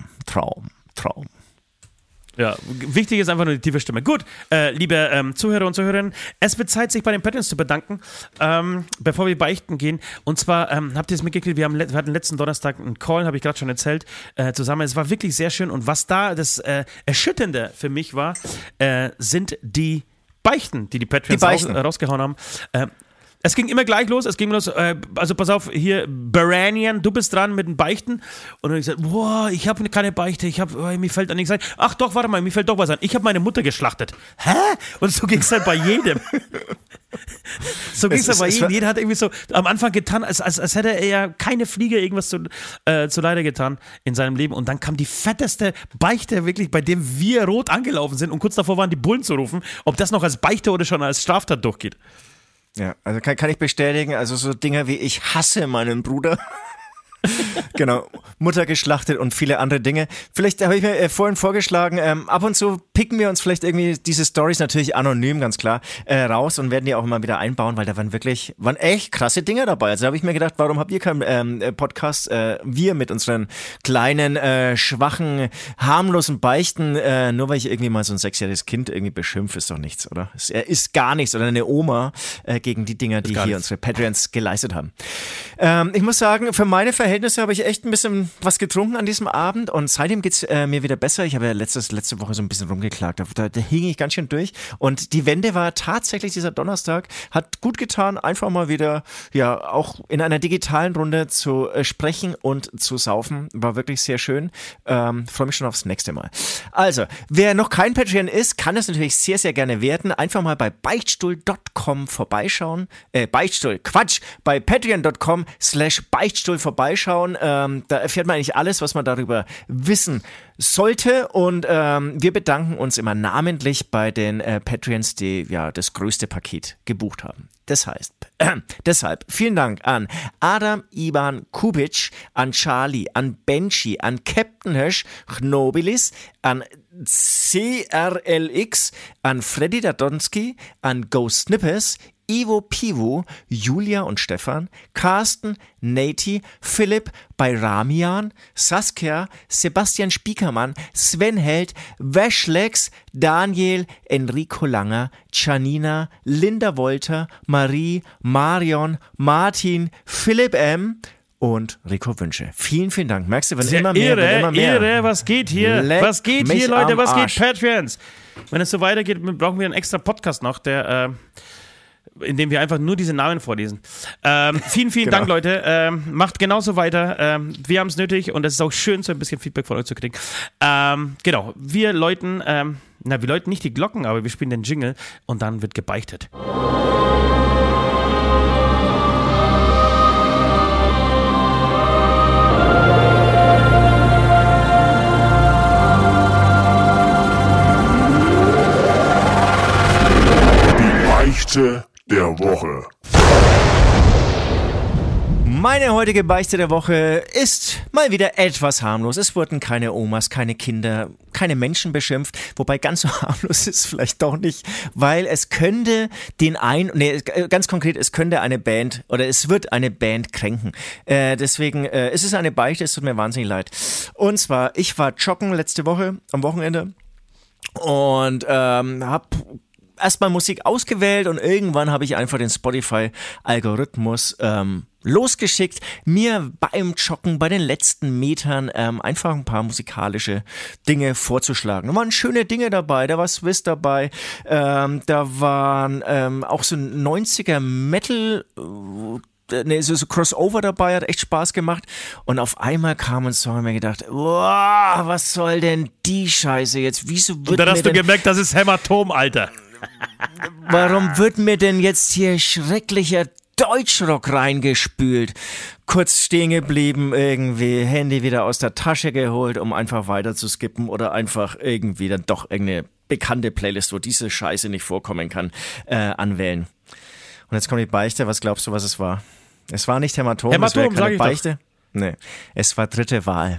Ja, wichtig ist einfach nur die tiefe Stimme. Gut, liebe Zuhörer und Zuhörerinnen, es wird Zeit, sich bei den Patreons zu bedanken, bevor wir beichten gehen. Und zwar, habt ihr es mitgekriegt, wir hatten letzten Donnerstag einen Call, habe ich gerade schon erzählt, zusammen. Es war wirklich sehr schön. Und was da das Erschütternde für mich war, sind die Beichten, die Patreons rausgehauen haben. Es ging immer gleich los, also pass auf, hier, Baranian, du bist dran mit den Beichten. Und dann habe ich gesagt, boah, ich habe keine Beichte, mir fällt an nichts ein. Ach doch, warte mal, mir fällt doch was ein. Ich habe meine Mutter geschlachtet. Hä? Und so ging es halt bei jedem. Jeder hat irgendwie so am Anfang getan, als hätte er ja keine Fliege irgendwas zu Leider getan in seinem Leben. Und dann kam die fetteste Beichte wirklich, bei dem wir rot angelaufen sind und kurz davor waren, die Bullen zu rufen, ob das noch als Beichte oder schon als Straftat durchgeht. Ja, also kann ich bestätigen, also so Dinge wie ich hasse meinen Bruder. Genau, Mutter geschlachtet und viele andere Dinge. Vielleicht habe ich mir vorhin vorgeschlagen, ab und zu picken wir uns vielleicht irgendwie diese Storys natürlich anonym, ganz klar, raus und werden die auch immer wieder einbauen, weil da waren echt krasse Dinge dabei. Also da habe ich mir gedacht, warum habt ihr keinen Podcast? Wir mit unseren kleinen, schwachen, harmlosen Beichten, nur weil ich irgendwie mal so ein 6-jähriges Kind irgendwie beschimpfe, ist doch nichts, oder? Es ist gar nichts, oder eine Oma gegen die Dinger, die hier unsere Patreons geleistet haben. Ich muss sagen, für meine Verhältnisse habe ich echt ein bisschen was getrunken an diesem Abend und seitdem geht's mir wieder besser. Ich habe ja letzte Woche so ein bisschen rumgeklagt, da hing ich ganz schön durch und die Wende war tatsächlich dieser Donnerstag, hat gut getan, einfach mal wieder, ja, auch in einer digitalen Runde zu sprechen und zu saufen, war wirklich sehr schön. Freue mich schon aufs nächste Mal. Also, wer noch kein Patreon ist, kann es natürlich sehr, sehr gerne werden. Einfach mal bei beichtstuhl.com vorbeischauen. Bei patreon.com/beichtstuhl vorbeischauen. Da erfährt man eigentlich alles, was man darüber wissen sollte und wir bedanken uns immer namentlich bei den Patreons, die ja das größte Paket gebucht haben. Deshalb vielen Dank an Adam Ivan Kubic, an Charlie, an Benji, an Captain Hirsch, Knobilis, an CRLX, an Freddy Dadonski, an Go Snippers, Ivo Pivo, Julia und Stefan, Carsten, Nati, Philipp, bei Ramian, Saskia, Sebastian Spiekermann, Sven Held, Washlex, Daniel, Enrico Langer, Janina, Linda Wolter, Marie, Marion, Martin, Philipp M. und Rico Wünsche. Vielen, vielen Dank. Merkst du, wenn immer mehr, Irre, was geht hier? Was geht hier, Leute? Was geht, Patreons? Wenn es so weitergeht, brauchen wir einen extra Podcast noch, in dem wir einfach nur diese Namen vorlesen. Vielen, vielen Dank, Leute. Macht genauso weiter. Wir haben es nötig und es ist auch schön, so ein bisschen Feedback von euch zu kriegen. Genau, wir läuten nicht die Glocken, aber wir spielen den Jingle und dann wird gebeichtet. Woche. Meine heutige Beichte der Woche ist mal wieder etwas harmlos. Es wurden keine Omas, keine Kinder, keine Menschen beschimpft. Wobei ganz so harmlos ist es vielleicht doch nicht, weil es könnte ganz konkret, es könnte eine Band oder es wird eine Band kränken. Deswegen ist es eine Beichte, es tut mir wahnsinnig leid. Und zwar, ich war joggen letzte Woche am Wochenende und habe erstmal Musik ausgewählt und irgendwann habe ich einfach den Spotify-Algorithmus losgeschickt, mir beim Joggen, bei den letzten Metern einfach ein paar musikalische Dinge vorzuschlagen. Da waren schöne Dinge dabei, da war Swiss dabei, da waren auch so 90er Metal, so Crossover dabei, hat echt Spaß gemacht. Und auf einmal kam ein Song und mir gedacht, wow, was soll denn die Scheiße jetzt? Wieso wird und dann hast du gemerkt, das ist Hämatom, Alter. Warum wird mir denn jetzt hier schrecklicher Deutschrock reingespült? Kurz stehen geblieben, irgendwie Handy wieder aus der Tasche geholt, um einfach weiter zu skippen oder einfach irgendwie dann doch irgendeine bekannte Playlist, wo diese Scheiße nicht vorkommen kann, anwählen. Und jetzt kommt die Beichte. Was glaubst du, was es war? Es war nicht Hämatom, es wäre keine Beichte. Nee, es war Dritte Wahl.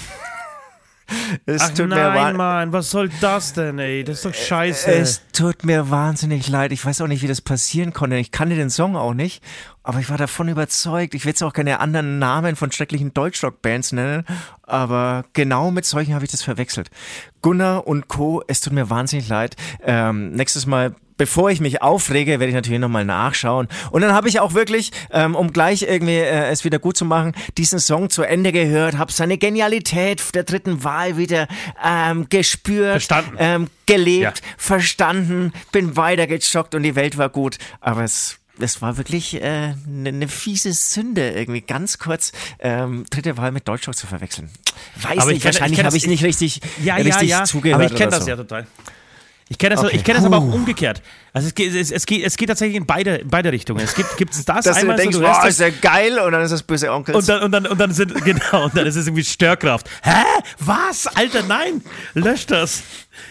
Ach nein, Mann, was soll das denn, ey? Das ist doch scheiße. Es tut mir wahnsinnig leid. Ich weiß auch nicht, wie das passieren konnte. Ich kannte den Song auch nicht, aber ich war davon überzeugt. Ich will jetzt auch keine anderen Namen von schrecklichen Deutschrock-Bands nennen, aber genau mit solchen habe ich das verwechselt. Gunnar und Co., es tut mir wahnsinnig leid. Nächstes Mal, bevor ich mich aufrege, werde ich natürlich nochmal nachschauen. Und dann habe ich auch wirklich, um gleich irgendwie es wieder gut zu machen, diesen Song zu Ende gehört, habe seine Genialität der dritten Wahl wieder gespürt, gelebt, verstanden, bin weitergejoggt und die Welt war gut. Aber es war wirklich eine fiese Sünde, irgendwie ganz kurz dritte Wahl mit Deutschrock zu verwechseln. Wahrscheinlich habe ich nicht richtig zugehört. Aber ich kenne das ja total. Ich kenne das, ich kenn das aber auch umgekehrt. Also es geht tatsächlich in beide Richtungen. Gibt es das dass einmal du denkst, so, wow, ist ja geil, und dann ist das böse Onkel. Und dann ist es irgendwie Störkraft. Hä? Was? Alter, nein! Lösch das!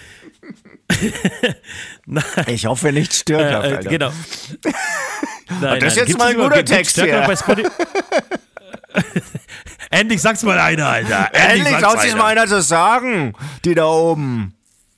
Nein. Ich hoffe nicht Störkraft, Alter. Genau. Nein, das ist jetzt mal ein guter Text hier. Endlich sagt's mal einer, Alter. Endlich traut sich mal einer zu sagen. Die da oben.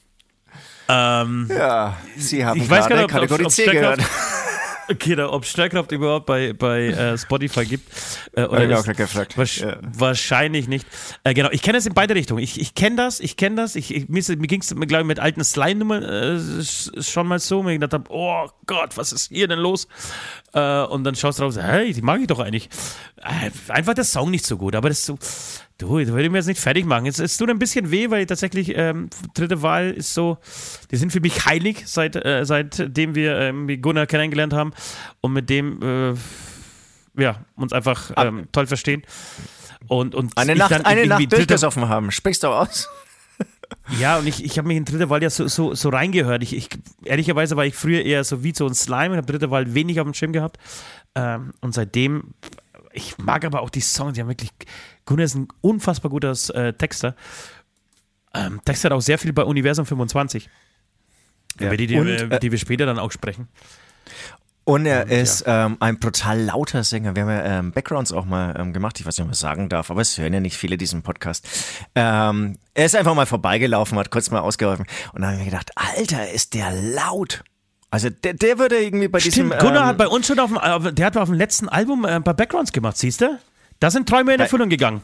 Ja, Sie haben gerade Kategorie C gehört. Okay, ob Störkraft überhaupt bei Spotify gibt. Oder ich auch gefragt. Wahrscheinlich nicht. Genau, ich kenne das in beide Richtungen. Ich kenne das. Mir ging es, glaube ich, mit alten Sly-Nummern schon mal so. Mir gedacht habe, oh Gott, was ist hier denn los? Und dann schaust du drauf und sagst, hey, die mag ich doch eigentlich. Einfach der Song nicht so gut, aber das ist so. Du, das würde ich mir jetzt nicht fertig machen. Es tut ein bisschen weh, weil tatsächlich dritte Wahl ist so, die sind für mich heilig, seitdem wir Gunnar kennengelernt haben und mit dem uns einfach toll verstehen. Und eine Nacht durchgesoffen haben. Sprichst du aus? Ja, und ich habe mich in dritte Wahl ja so reingehört. Ehrlicherweise war ich früher eher so wie so ein Slime und habe dritte Wahl wenig auf dem Schirm gehabt. Und seitdem, ich mag aber auch die Songs, die haben wirklich, Gunnar ist ein unfassbar guter Texter. Textet auch sehr viel bei Universum 25. Ja. Über die wir später dann auch sprechen. Und er ist ein brutal lauter Sänger. Wir haben ja Backgrounds auch mal gemacht. Ich weiß nicht, ob ich sagen darf, aber es hören ja nicht viele diesen Podcast. Er ist einfach mal vorbeigelaufen, hat kurz mal ausgeholfen. Und dann habe ich mir gedacht, Alter, ist der laut. Also der würde irgendwie bei diesem... Gunnar hat bei uns schon auf dem letzten Album ein paar Backgrounds gemacht, siehst du? Da sind Träume in Erfüllung gegangen.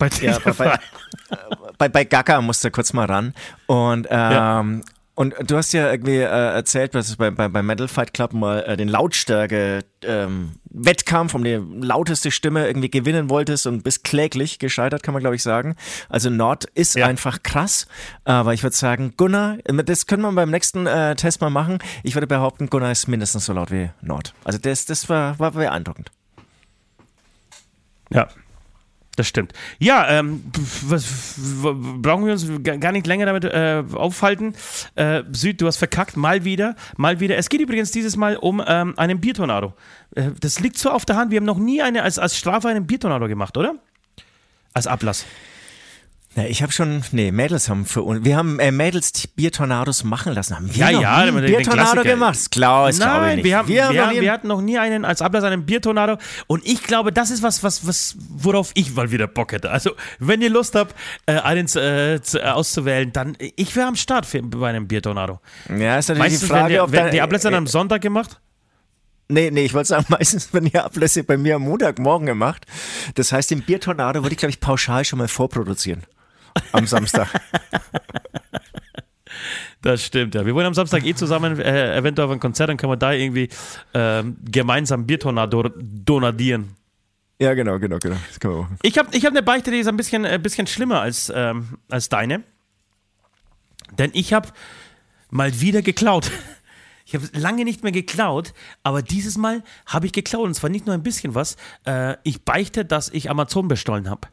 Bei Gaga musste kurz mal ran. Und du hast ja irgendwie erzählt, dass du bei Metal Fight Club mal den Lautstärke-Wettkampf um die lauteste Stimme irgendwie gewinnen wolltest und bist kläglich gescheitert, kann man glaube ich sagen. Also Nord ist einfach krass, aber ich würde sagen, Gunnar, das können wir beim nächsten Test mal machen. Ich würde behaupten, Gunnar ist mindestens so laut wie Nord. Also das war beeindruckend. Ja. Das stimmt. Ja, brauchen wir uns gar nicht länger damit aufhalten. Süd, du hast verkackt, mal wieder. Es geht übrigens dieses Mal um einen Biertornado. Das liegt so auf der Hand. Wir haben noch nie als Strafe einen Biertornado gemacht, oder? Als Ablass. Ja, ich habe schon, Mädels haben wir haben Mädels Biertornados machen lassen. Haben wir den Biertornado gemacht? Ist klar, ist glaube ich nicht. Wir hatten noch nie als Ablass einen Biertornado und ich glaube, das ist worauf ich mal wieder Bock hätte. Also, wenn ihr Lust habt, einen auszuwählen, dann, ich wäre am Start bei einem Biertornado. Ja, ist natürlich meistens die Frage, ob die Ablässe dann am Sonntag gemacht? Nee, ich wollte sagen, meistens werden die Ablässe bei mir am Montagmorgen gemacht. Das heißt, den Biertornado würde ich, glaube ich, pauschal schon mal vorproduzieren. Am Samstag. Das stimmt, ja. Wir wollen am Samstag zusammen eventuell auf ein Konzert, dann können wir da irgendwie gemeinsam Biertornado donadieren. Ja, genau. Das können wir machen. Ich hab eine Beichte, die ist ein bisschen schlimmer als deine. Denn ich habe mal wieder geklaut. Ich habe lange nicht mehr geklaut, aber dieses Mal habe ich geklaut. Und zwar nicht nur ein bisschen was. Ich beichte, dass ich Amazon bestohlen habe.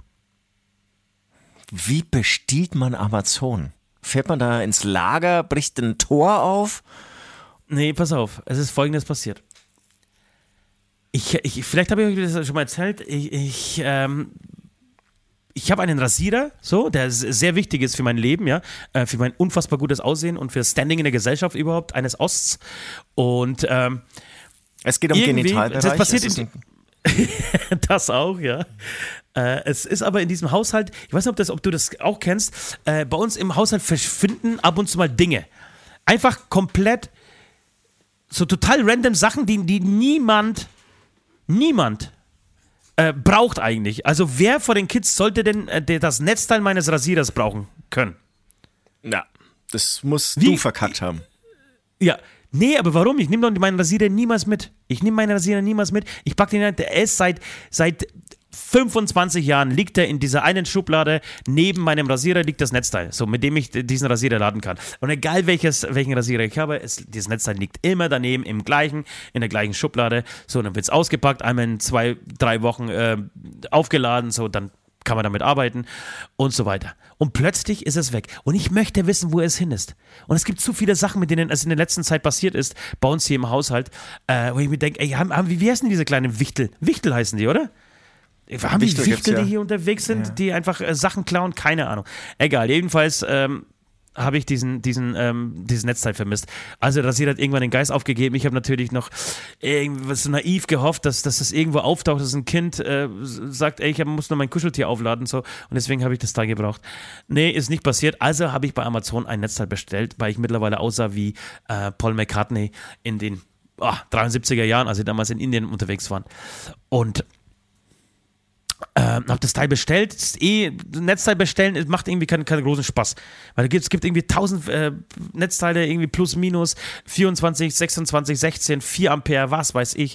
Wie bestiehlt man Amazon? Fährt man da ins Lager, bricht ein Tor auf? Nee, pass auf. Es ist Folgendes passiert. Vielleicht habe ich euch das schon mal erzählt. Ich habe einen Rasierer, der sehr wichtig ist für mein Leben, ja, für mein unfassbar gutes Aussehen und für das Standing in der Gesellschaft überhaupt eines Osts. Und es geht um Genitalbereich. Das passiert das auch, ja. Es ist aber in diesem Haushalt, ich weiß nicht, ob du das auch kennst, bei uns im Haushalt verschwinden ab und zu mal Dinge. Einfach komplett so total random Sachen, die niemand braucht eigentlich. Also wer von den Kids sollte denn das Netzteil meines Rasierers brauchen können? Ja, das musst du verkackt haben. Ja, nee, aber warum? Ich nehme doch meinen Rasierer niemals mit. Ich packe den, der ist seit 25 Jahren liegt er in dieser einen Schublade, neben meinem Rasierer liegt das Netzteil, so mit dem ich diesen Rasierer laden kann. Und egal welchen Rasierer ich habe, dieses Netzteil liegt immer daneben, in der gleichen Schublade. So, dann wird es ausgepackt, einmal in 2-3 Wochen aufgeladen, so, dann kann man damit arbeiten und so weiter. Und plötzlich ist es weg. Und ich möchte wissen, wo es hin ist. Und es gibt zu viele Sachen, mit denen es in der letzten Zeit passiert ist, bei uns hier im Haushalt, wo ich mir denke, wie heißen diese kleinen Wichtel? Wichtel heißen die, oder? Haben die Wichtel, die hier unterwegs sind, die einfach Sachen klauen? Keine Ahnung. Egal, jedenfalls habe ich diesen Netzteil vermisst. Also das hat irgendwann den Geist aufgegeben. Ich habe natürlich noch irgendwas so naiv gehofft, dass das irgendwo auftaucht, dass ein Kind sagt, ich muss noch mein Kuscheltier aufladen. So. Und deswegen habe ich das da gebraucht. Nee, ist nicht passiert. Also habe ich bei Amazon ein Netzteil bestellt, weil ich mittlerweile aussah wie Paul McCartney in den 73er Jahren, als sie damals in Indien unterwegs waren. Und habe das Teil bestellt. Netzteil bestellen macht irgendwie keinen großen Spaß. Weil es gibt irgendwie 1000 Netzteile, irgendwie plus, minus, 24, 26, 16, 4 Ampere, was weiß ich.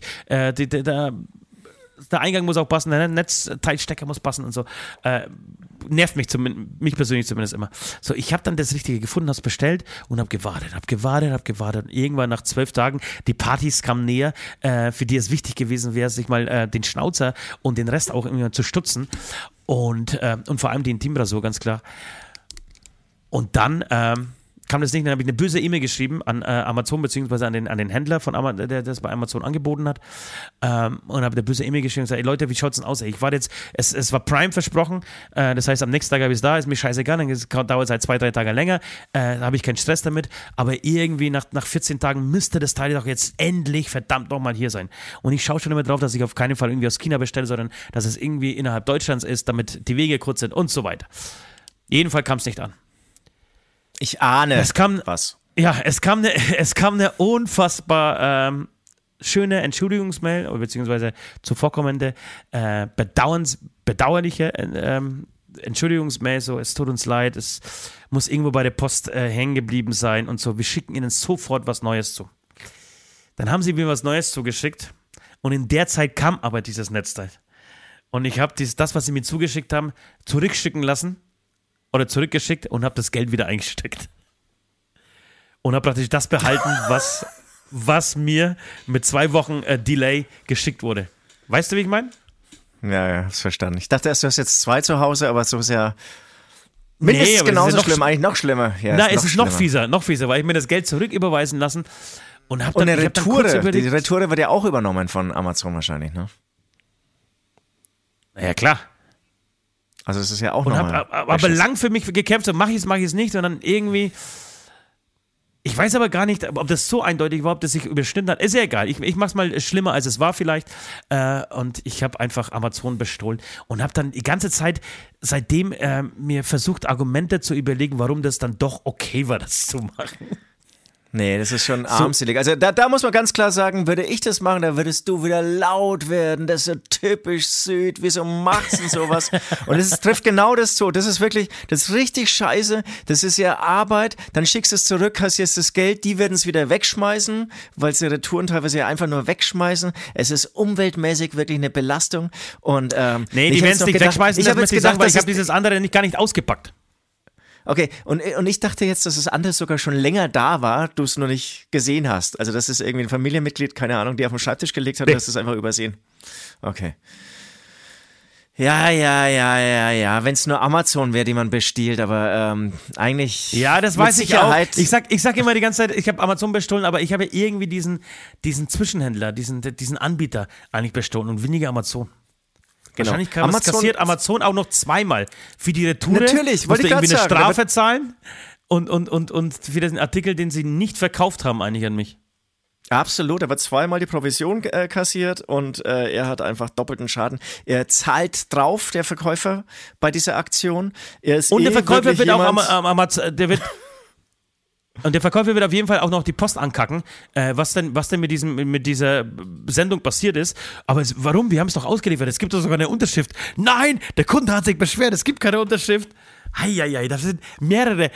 Der Eingang muss auch passen, der Netzteilstecker muss passen und so. Nervt mich persönlich zumindest immer. So, ich habe dann das Richtige gefunden, habe es bestellt und habe gewartet. Und irgendwann nach 12 Tagen, die Partys kamen näher, für die es wichtig gewesen wäre, sich mal den Schnauzer und den Rest auch irgendwie zu stutzen. Und vor allem die Intimrasur, ganz klar. Und dann kam das nicht, dann habe ich eine böse E-Mail geschrieben an Amazon, beziehungsweise an den Händler, der das bei Amazon angeboten hat, und habe eine böse E-Mail geschrieben und gesagt, ey Leute, wie schaut's denn aus? Ich warte jetzt, es war Prime versprochen, das heißt, am nächsten Tag habe ich es da, ist mir scheißegal, dann dauert es halt 2-3 Tage länger, da habe ich keinen Stress damit, aber irgendwie nach 14 Tagen müsste das Teil doch jetzt endlich verdammt nochmal hier sein. Und ich schaue schon immer drauf, dass ich auf keinen Fall irgendwie aus China bestelle, sondern dass es irgendwie innerhalb Deutschlands ist, damit die Wege kurz sind und so weiter. Jedenfalls kam es nicht an. Ich ahne was. Ja, es kam eine unfassbar schöne Entschuldigungsmail, beziehungsweise zuvorkommende, bedauerliche Entschuldigungsmail, so, es tut uns leid, es muss irgendwo bei der Post hängen geblieben sein und so, wir schicken Ihnen sofort was Neues zu. Dann haben sie mir was Neues zugeschickt und in der Zeit kam aber dieses Netzteil. Und ich habe das, was sie mir zugeschickt haben, zurückgeschickt und habe das Geld wieder eingesteckt. Und habe praktisch das behalten, was mir mit 2 Wochen Delay geschickt wurde. Weißt du, wie ich meine? Ja, hab's verstanden. Ich dachte erst, du hast jetzt 2 zu Hause, aber so ist ja mindestens genauso schlimm, eigentlich noch schlimmer. Ja, nein, es ist noch fieser, weil ich mir das Geld zurücküberweisen lassen und habe dann, eine Retoure, die Retoure wird ja auch übernommen von Amazon wahrscheinlich, ne? Ja, klar. Also es ist ja auch und nochmal. habe aber lang für mich gekämpft, so mache ich es nicht und dann irgendwie, ich weiß aber gar nicht, ob das so eindeutig war, ob das sich überschnitten hat. Ist ja egal, ich mache es mal schlimmer, als es war vielleicht und ich habe einfach Amazon bestohlen und habe dann die ganze Zeit seitdem mir versucht, Argumente zu überlegen, warum das dann doch okay war, das zu machen. Nee, das ist schon armselig. Also da muss man ganz klar sagen, würde ich das machen, da würdest du wieder laut werden. Das ist so typisch Süd. Wieso machst du sowas? Und es trifft genau das zu. Das ist wirklich, das ist richtig scheiße. Das ist ja Arbeit. Dann schickst du es zurück, kassierst das Geld. Die werden es wieder wegschmeißen, weil sie Retouren teilweise ja einfach nur wegschmeißen. Es ist umweltmäßig wirklich eine Belastung. Und, nee, die werden es nicht wegschmeißen, ich habe jetzt gedacht, weil ich habe dieses andere gar nicht ausgepackt. Okay, und ich dachte jetzt, dass das andere sogar schon länger da war, du es nur nicht gesehen hast. Also das ist irgendwie ein Familienmitglied, keine Ahnung, die auf den Schreibtisch gelegt hat, du hast es einfach übersehen. Okay. Ja. Wenn es nur Amazon wäre, die man bestiehlt, aber eigentlich. Ja, das weiß ich auch. Ich sag immer die ganze Zeit, ich habe Amazon bestohlen, aber ich habe irgendwie diesen Zwischenhändler, diesen Anbieter eigentlich bestohlen und weniger Amazon. Genau. Wahrscheinlich kassiert Amazon auch noch zweimal für die Retoure. Natürlich, wollte ich irgendwie eine Strafe zahlen und für den Artikel, den sie nicht verkauft haben, eigentlich an mich. Absolut, er wird zweimal die Provision kassiert und er hat einfach doppelten Schaden. Er zahlt drauf, der Verkäufer, bei dieser Aktion. Der Verkäufer wird auch und der Verkäufer wird auf jeden Fall auch noch die Post ankacken, was denn mit dieser Sendung passiert ist. Aber warum? Wir haben es doch ausgeliefert. Es gibt doch sogar eine Unterschrift. Nein, der Kunde hat sich beschwert. Es gibt keine Unterschrift. Heieiei, das sind mehrere,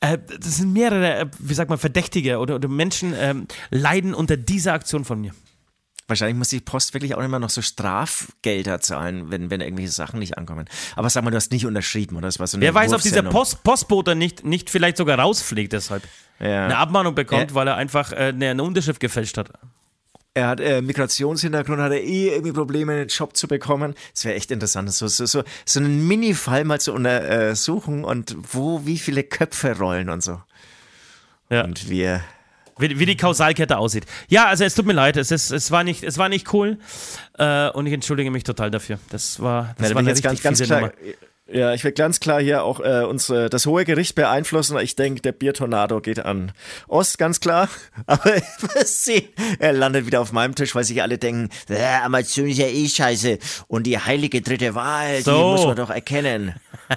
wie sagt man, Verdächtige oder Menschen leiden unter dieser Aktion von mir. Wahrscheinlich muss die Post wirklich auch immer noch so Strafgelder zahlen, wenn irgendwelche Sachen nicht ankommen. Aber sag mal, du hast nicht unterschrieben, oder? Das war so eine Wer weiß, ob dieser Postbote nicht vielleicht sogar rausfliegt deshalb. Ja. Eine Abmahnung bekommt, weil er einfach eine Unterschrift gefälscht hat. Er hat Migrationshintergrund, hat er irgendwie Probleme, einen Job zu bekommen. Das wäre echt interessant, so einen Mini-Fall mal zu untersuchen und wie viele Köpfe rollen und so. Ja. Und wie die Kausalkette aussieht. Ja, also es tut mir leid, es war nicht cool und ich entschuldige mich total dafür. Das war eine richtig fiese Nummer. Ja, ich will ganz klar hier auch das Hohe Gericht beeinflussen. Ich denke, der Biertornado geht an Ost, ganz klar. Aber er landet wieder auf meinem Tisch, weil sich alle denken, Amazon ist ja eh scheiße. Und die heilige dritte Wahl, die muss man doch erkennen.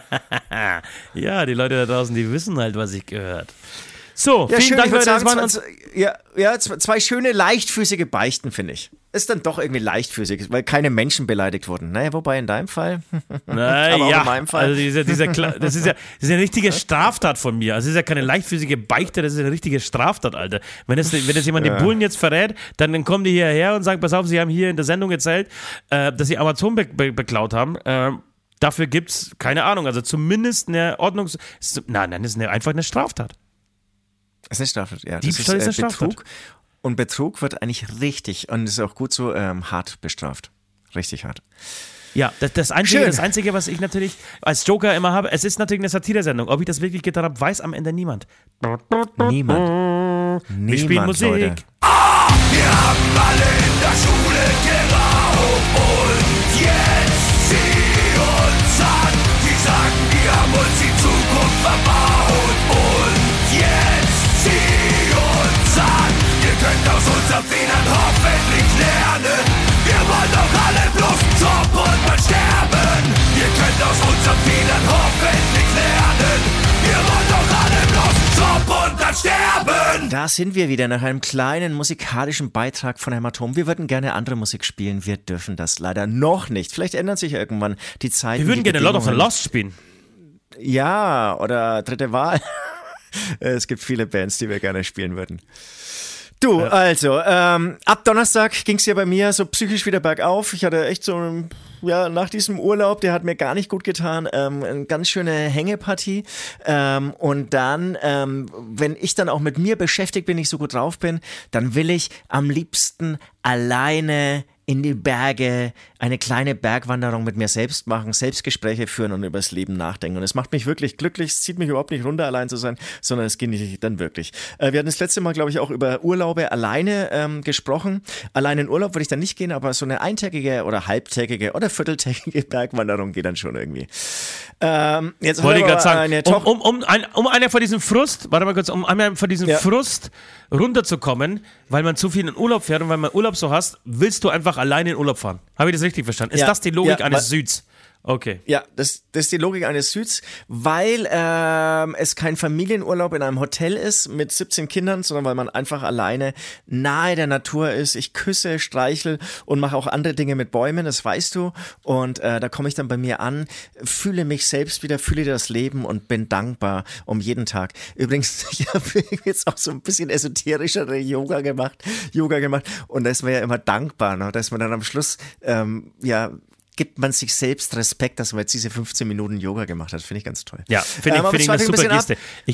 Ja, die Leute da draußen, die wissen halt, was ich gehört. So, ja, vielen Dank, Leute. Das waren uns zwei schöne, leichtfüßige Beichten, finde ich. Ist dann doch irgendwie leichtfüßig, weil keine Menschen beleidigt wurden. Naja, wobei in deinem Fall. Aber auch in meinem Fall. Also das ist ja eine richtige Straftat von mir. Also es ist ja keine leichtfüßige Beichte, das ist eine richtige Straftat, Alter. Wenn das jemand die Bullen jetzt verrät, dann kommen die hierher und sagen, pass auf, sie haben hier in der Sendung erzählt, dass sie Amazon beklaut haben. Dafür gibt's keine Ahnung, also zumindest eine Nein, das ist einfach eine Straftat. Das ist eine Straftat, ja. Diebstahl ist eine Straftat. Betrug. Und Betrug wird eigentlich richtig, und ist auch gut so, hart bestraft. Richtig hart. Ja, das Einzige, was ich natürlich als Joker immer habe, es ist natürlich eine Satiresendung. Ob ich das wirklich getan habe, weiß am Ende niemand. Niemand. Wir spielen Musik. Leute. Wir haben alle in der Schule geraubt und jetzt zieh uns an. Die sagen, wir haben uns die Zukunft verbaut und jetzt zieh uns an. Ihr könnt aus unseren Fehlern hoffentlich lernen. Wir wollen doch alle bloß top und mal sterben. Ihr könnt aus unseren Fehlern hoffentlich lernen. Wir wollen doch alle bloß top und dann sterben. Da sind wir wieder nach einem kleinen musikalischen Beitrag von Hämatom. Wir würden gerne andere Musik spielen, wir dürfen das leider noch nicht. Vielleicht ändert sich irgendwann die Zeit. Wir würden gerne Lord of the Lost spielen. Ja, oder dritte Wahl. Es gibt viele Bands, die wir gerne spielen würden. Du, also, ab Donnerstag ging es ja bei mir so psychisch wieder bergauf. Ich hatte echt so, nach diesem Urlaub, der hat mir gar nicht gut getan, eine ganz schöne Hängepartie. Und dann, wenn ich dann auch mit mir beschäftigt bin, nicht so gut drauf bin, dann will ich am liebsten alleine in die Berge eine kleine Bergwanderung mit mir selbst machen, Selbstgespräche führen und über das Leben nachdenken. Und es macht mich wirklich glücklich, es zieht mich überhaupt nicht runter, allein zu sein, sondern es genieße ich dann wirklich. Wir hatten das letzte Mal, glaube ich, auch über Urlaube alleine gesprochen. Allein in Urlaub würde ich dann nicht gehen, aber so eine eintägige oder halbtägige oder vierteltägige Bergwanderung geht dann schon irgendwie. Jetzt wollte ich gerade eine sagen, um einer von diesem Frust, warte mal kurz, um einer von diesem Frust runterzukommen, weil man zu viel in Urlaub fährt und weil man Urlaub so hast, willst du einfach alleine in Urlaub fahren. Habe ich das richtig verstanden? Ist das die Logik eines Süds? Okay. Ja, das ist die Logik eines Süds, weil es kein Familienurlaub in einem Hotel ist mit 17 Kindern, sondern weil man einfach alleine nahe der Natur ist. Ich küsse, streichel und mache auch andere Dinge mit Bäumen, das weißt du. Und da komme ich dann bei mir an, fühle mich selbst wieder, fühle das Leben und bin dankbar um jeden Tag. Übrigens, ich habe jetzt auch so ein bisschen esoterischere Yoga gemacht. Und da ist man ja immer dankbar, ne? Dass man dann am Schluss, gibt man sich selbst Respekt, dass man jetzt diese 15 Minuten Yoga gemacht hat. Finde ich ganz toll. Ja, finde ich eine super Geste.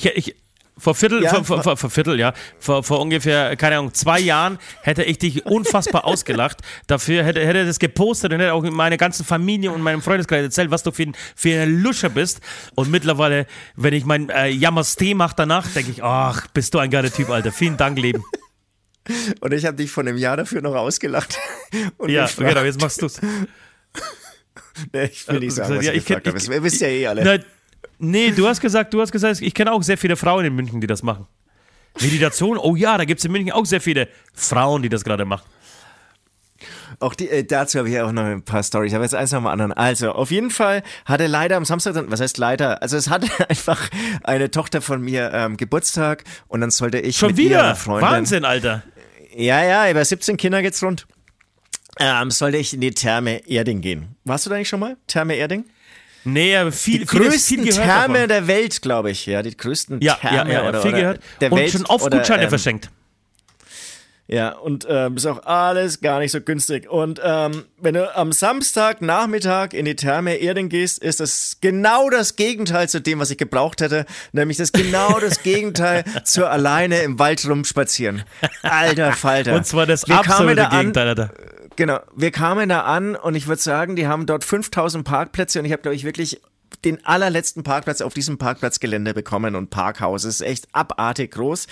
Vor ungefähr, keine Ahnung, 2 Jahren hätte ich dich unfassbar ausgelacht. Dafür hätte das gepostet und hätte auch meine ganze Familie und meinem Freundeskreis erzählt, was du für ein Luscher bist. Und mittlerweile, wenn ich mein Jammerstee mache danach, denke ich, ach, bist du ein geiler Typ, Alter. Vielen Dank, Leben. Und ich habe dich vor einem Jahr dafür noch ausgelacht. Und genau, jetzt machst du's. Nee, ich will nicht sagen, was ich gefragt habe. Ihr wisst ja eh alle. Nee, du hast gesagt, ich kenne auch sehr viele Frauen in München, die das machen. Meditation, oh ja, da gibt es in München auch sehr viele Frauen, die das gerade machen. Auch dazu habe ich auch noch ein paar Storys, aber jetzt eins nach dem anderen. Also, auf jeden Fall hatte leider am Samstag, was heißt leider? Also, es hatte einfach eine Tochter von mir Geburtstag und dann sollte ich schon mit wieder? Ihrer Freundin... Wahnsinn, Alter. Ja, über 17 Kinder geht's rund. Sollte ich in die Therme Erding gehen. Warst du da nicht schon mal? Therme Erding? Nee, aber die größten Therme der Welt, glaube ich. Ja, die größten Therme oder, viel gehört. Der und Welt. Schon oft Gutscheine verschenkt. Ja, und ist auch alles gar nicht so günstig. Und wenn du am Samstagnachmittag in die Therme Erding gehst, ist das genau das Gegenteil zu dem, was ich gebraucht hätte. Nämlich das Gegenteil zu alleine im Wald rumspazieren. Alter Falter. Und zwar das absolute Gegenteil, Alter. Genau, wir kamen da an und ich würde sagen, die haben dort 5000 Parkplätze und ich habe, glaube ich, wirklich den allerletzten Parkplatz auf diesem Parkplatzgelände bekommen und Parkhaus. Es ist echt abartig groß.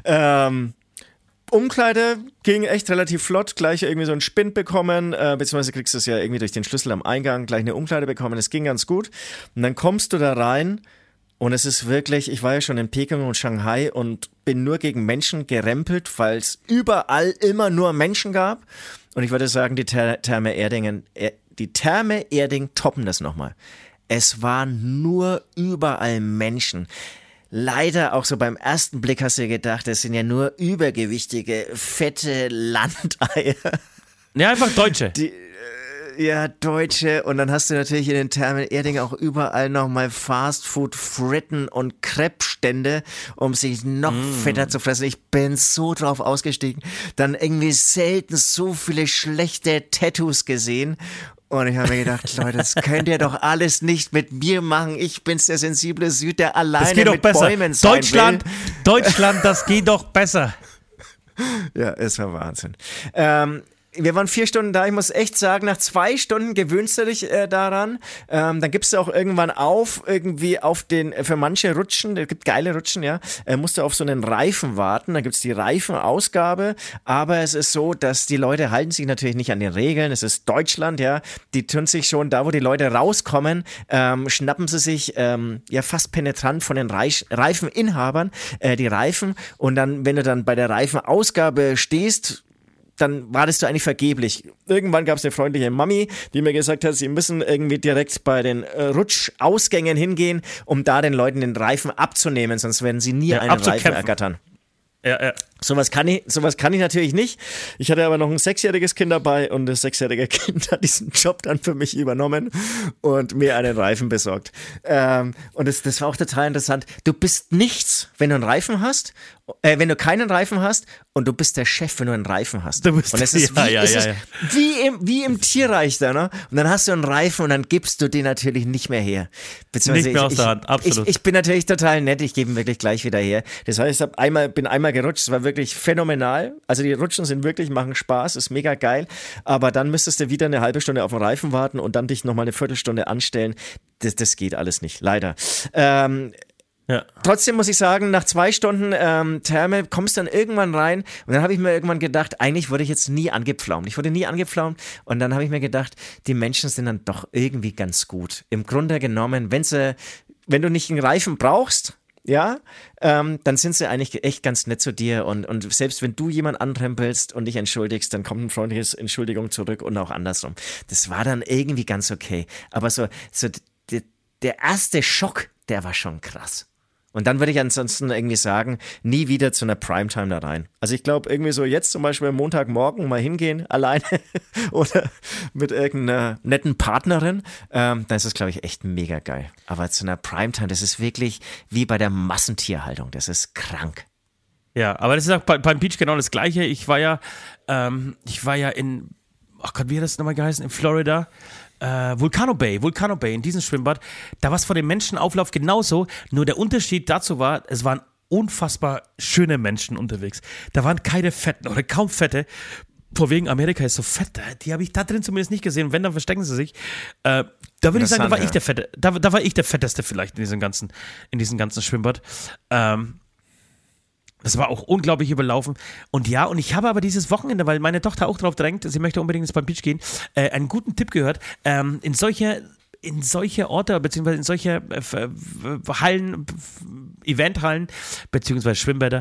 Umkleide ging echt relativ flott, gleich irgendwie so einen Spind bekommen, beziehungsweise kriegst du es ja irgendwie durch den Schlüssel am Eingang, gleich eine Umkleide bekommen, es ging ganz gut. Und dann kommst du da rein und es ist wirklich, ich war ja schon in Peking und Shanghai und bin nur gegen Menschen gerempelt, weil es überall immer nur Menschen gab. Und ich würde sagen, die Therme Erding toppen das nochmal. Es waren nur überall Menschen. Leider auch so beim ersten Blick hast du gedacht, das sind ja nur übergewichtige, fette Landeier. Ja, einfach Deutsche. Deutsche. Und dann hast du natürlich in den Thermen Erding auch überall nochmal Fastfood, Fritten und Crepe-Stände, um sich noch fetter zu fressen. Ich bin so drauf ausgestiegen. Dann irgendwie selten so viele schlechte Tattoos gesehen. Und ich habe mir gedacht, Leute, das könnt ihr doch alles nicht mit mir machen. Ich bin's, der sensible Süd, der alleine mit Bäumen sein will. Deutschland, das geht doch besser. Ja, es war Wahnsinn. Wir waren 4 Stunden da. Ich muss echt sagen, nach 2 Stunden gewöhnst du dich daran. Dann gibst du auch irgendwann irgendwie auf für manche Rutschen, es gibt geile Rutschen, ja, musst du auf so einen Reifen warten. Dann gibt's die Reifenausgabe. Aber es ist so, dass die Leute halten sich natürlich nicht an den Regeln. Es ist Deutschland, ja. Die tun sich schon, da wo die Leute rauskommen, schnappen sie sich fast penetrant von den Reifeninhabern die Reifen. Und dann, wenn du dann bei der Reifenausgabe stehst, dann wartest du eigentlich vergeblich. Irgendwann gab es eine freundliche Mami, die mir gesagt hat, sie müssen irgendwie direkt bei den Rutschausgängen hingehen, um da den Leuten den Reifen abzunehmen, sonst werden sie nie einen Reifen ergattern. Ja. Sowas kann ich natürlich nicht. Ich hatte aber noch ein 6-jähriges Kind dabei und das 6-jährige Kind hat diesen Job dann für mich übernommen und mir einen Reifen besorgt. Und das war auch total interessant. Du bist nichts, wenn du einen Reifen hast, wenn du keinen Reifen hast und du bist der Chef, wenn du einen Reifen hast. Und es ist wie im Tierreich da, ne? Und dann hast du einen Reifen und dann gibst du den natürlich nicht mehr her. Nicht mehr aus der Hand, absolut. Ich bin natürlich total nett, ich gebe ihn wirklich gleich wieder her. Das heißt, ich bin einmal gerutscht, es war wirklich phänomenal. Also die Rutschen machen Spaß, ist mega geil. Aber dann müsstest du wieder eine halbe Stunde auf den Reifen warten und dann dich nochmal eine Viertelstunde anstellen. Das geht alles nicht, leider. Ja. Trotzdem muss ich sagen, nach 2 Stunden Therme kommst du dann irgendwann rein und dann habe ich mir irgendwann gedacht, eigentlich wurde ich jetzt nie angepflaumt. Ich wurde nie angepflaumt und dann habe ich mir gedacht, die Menschen sind dann doch irgendwie ganz gut. Im Grunde genommen, wenn du nicht einen Reifen brauchst, ja, dann sind sie eigentlich echt ganz nett zu dir und selbst wenn du jemand anrempelst und dich entschuldigst, dann kommt ein freundliches Entschuldigung zurück und auch andersrum. Das war dann irgendwie ganz okay. Aber so der erste Schock, der war schon krass. Und dann würde ich ansonsten irgendwie sagen, nie wieder zu einer Primetime da rein. Also ich glaube, irgendwie so jetzt zum Beispiel Montagmorgen mal hingehen, alleine oder mit irgendeiner netten Partnerin, dann ist das, glaube ich, echt mega geil. Aber zu einer Primetime, das ist wirklich wie bei der Massentierhaltung, das ist krank. Ja, aber das ist auch beim Beach genau das Gleiche. Ich war ja in, ach Gott, wie hat das nochmal geheißen, in Florida? Volcano Bay, in diesem Schwimmbad, da war es von dem Menschenauflauf genauso, nur der Unterschied dazu war, es waren unfassbar schöne Menschen unterwegs. Da waren keine Fetten oder kaum Fette. Vor wegen Amerika ist so fett, die habe ich da drin zumindest nicht gesehen. Wenn, dann verstecken sie sich. Da würde ich sagen, da war ich der Fette. Da war ich der Fetteste vielleicht in diesem ganzen Schwimmbad. Das war auch unglaublich überlaufen. Und ja, und ich habe aber dieses Wochenende, weil meine Tochter auch drauf drängt, sie möchte unbedingt ins beim Beach gehen, einen guten Tipp gehört. In solche Orte, beziehungsweise in solche Hallen, Eventhallen, beziehungsweise Schwimmbäder,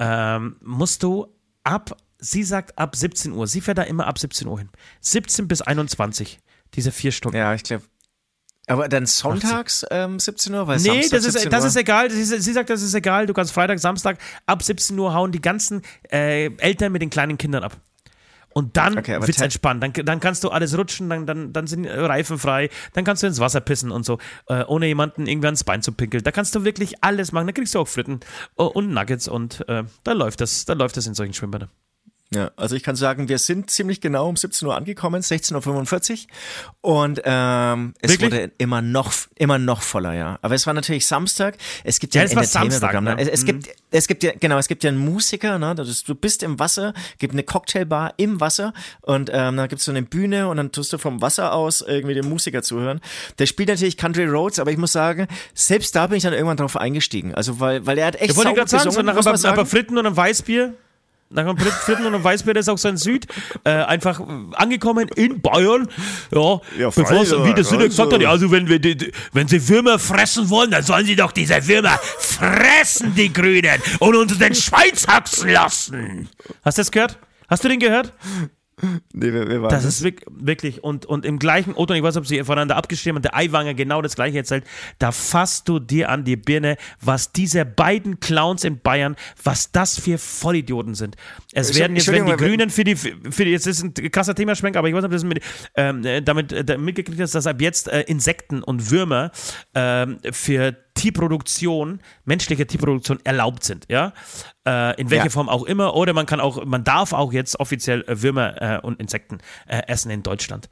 musst du sie sagt ab 17 Uhr, sie fährt da immer ab 17 Uhr hin. 17 bis 21, diese 4 Stunden. Ja, ich glaube. Aber dann sonntags 17 Uhr? Weil nee, Samstag das ist egal. Sie sagt, das ist egal. Du kannst Freitag, Samstag ab 17 Uhr hauen die ganzen Eltern mit den kleinen Kindern ab. Und dann wird es entspannt. Dann kannst du alles rutschen, dann sind Reifen frei, dann kannst du ins Wasser pissen und so, ohne jemanden irgendwie ans Bein zu pinkeln. Da kannst du wirklich alles machen. Da kriegst du auch Fritten und Nuggets und da läuft das in solchen Schwimmbädern. Ja, also ich kann sagen, wir sind ziemlich genau um 17 Uhr angekommen, 16:45 Uhr und es wurde immer noch voller, ja. Aber es war natürlich Samstag, es gibt ja ein Entertainment-Programm. Ne? Es gibt ja einen Musiker, ne? Du bist im Wasser, gibt eine Cocktailbar im Wasser und dann gibt es so eine Bühne und dann tust du vom Wasser aus irgendwie dem Musiker zuhören. Der spielt natürlich Country Roads, aber ich muss sagen, selbst da bin ich dann irgendwann drauf eingestiegen. Also weil er hat echt sauber gesungen. So nach ein paar Fritten und einem Weißbier. Nach einem Fritten und einem Weißbier, das ist auch so ein Süd, einfach angekommen in Bayern, ja bevor es, wie der Süd gesagt hat, ja, also wenn sie Würmer fressen wollen, dann sollen sie doch diese Würmer fressen, die Grünen, und uns den Schweiz haxen lassen. Hast du das gehört? Hast du den gehört? Nee, wer war das? Das ist wirklich, und im gleichen Auto, ich weiß nicht, ob sie voneinander abgestimmt haben, der Aiwanger genau das gleiche erzählt, da fasst du dir an die Birne, was diese beiden Clowns in Bayern, was das für Vollidioten sind. Wenn die Grünen für die, jetzt ist ein krasser Themaschwenk, aber ich weiß nicht, ob du das damit mitgekriegt hast, dass ab jetzt Insekten und Würmer für Tierproduktion, menschliche Tierproduktion erlaubt sind, ja? In welcher Form auch immer, oder man darf auch jetzt offiziell Würmer und Insekten essen in Deutschland.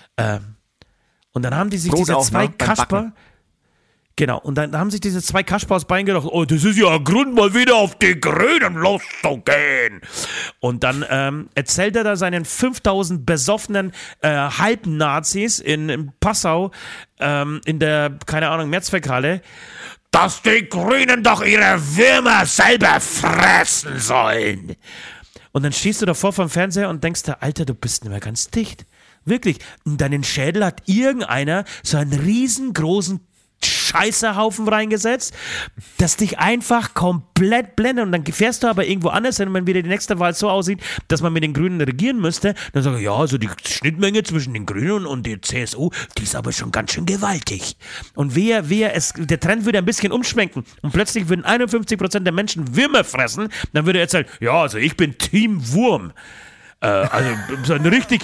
Und dann haben die sich diese zwei Kasper, genau, und dann haben sich diese zwei Kasper aus Bayern gedacht, oh, das ist ja ein Grund, mal wieder auf die Grünen loszugehen. Und dann erzählt er da seinen 5000 besoffenen Halbnazis in Passau in der, keine Ahnung, Mehrzweckhalle, dass die Grünen doch ihre Würmer selber fressen sollen. Und dann stehst du davor vom Fernseher und denkst dir, Alter, du bist nicht mehr ganz dicht. Wirklich. In deinen Schädel hat irgendeiner so einen riesengroßen Scheißerhaufen reingesetzt, das dich einfach komplett blendet, und dann fährst du aber irgendwo anders hin, und wenn wieder die nächste Wahl so aussieht, dass man mit den Grünen regieren müsste, dann sage ich, ja, also die Schnittmenge zwischen den Grünen und der CSU, die ist aber schon ganz schön gewaltig. Und der Trend würde ein bisschen umschwenken und plötzlich würden 51% der Menschen Würmer fressen, dann würde er erzählen, ja, also ich bin Team Wurm. Also so ein richtig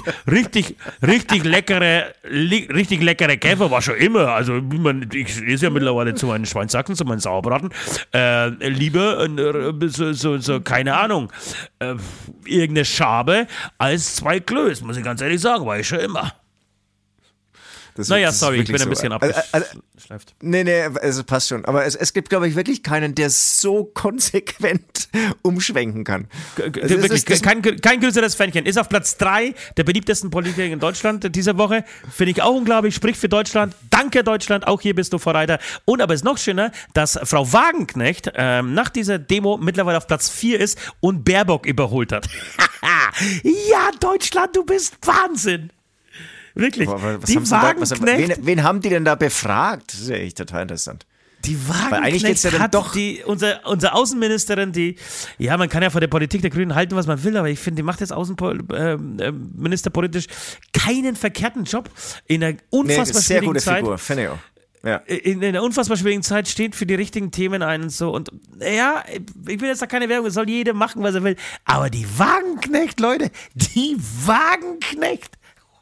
leckere Käfer war schon immer. Also ich lese ja mittlerweile zu meinen Schweinshaxen, zu meinen Sauerbraten. Lieber so keine Ahnung, irgendeine Schabe als 2 Klöß, muss ich ganz ehrlich sagen, war ich schon immer. Naja, das ist sorry, ich wirklich bin ein bisschen abgeschleift. Nee, also passt schon. Aber es gibt, glaube ich, wirklich keinen, der so konsequent umschwenken kann. Wirklich, kein größeres Fännchen. Ist auf Platz 3 der beliebtesten Politiker in Deutschland diese Woche. Finde ich auch unglaublich. Spricht für Deutschland. Danke, Deutschland. Auch hier bist du Vorreiter. Und aber ist noch schöner, dass Frau Wagenknecht nach dieser Demo mittlerweile auf Platz 4 ist und Baerbock überholt hat. Ja, Deutschland, du bist Wahnsinn. Wirklich. Die Wagenknecht. Wen haben die denn da befragt? Das ist ja echt total interessant. Die Wagenknecht hat unsere Außenministerin, ja, man kann ja von der Politik der Grünen halten, was man will, aber ich finde, die macht jetzt außenministerpolitisch keinen verkehrten Job in einer unfassbar schwierigen Zeit. Sehr gute Figur, finde ich auch. Ja. In einer unfassbar schwierigen Zeit steht für die richtigen Themen ein und so. Und ja, ich will jetzt da keine Werbung, es soll jeder machen, was er will. Aber die Wagenknecht, Leute, die Wagenknecht,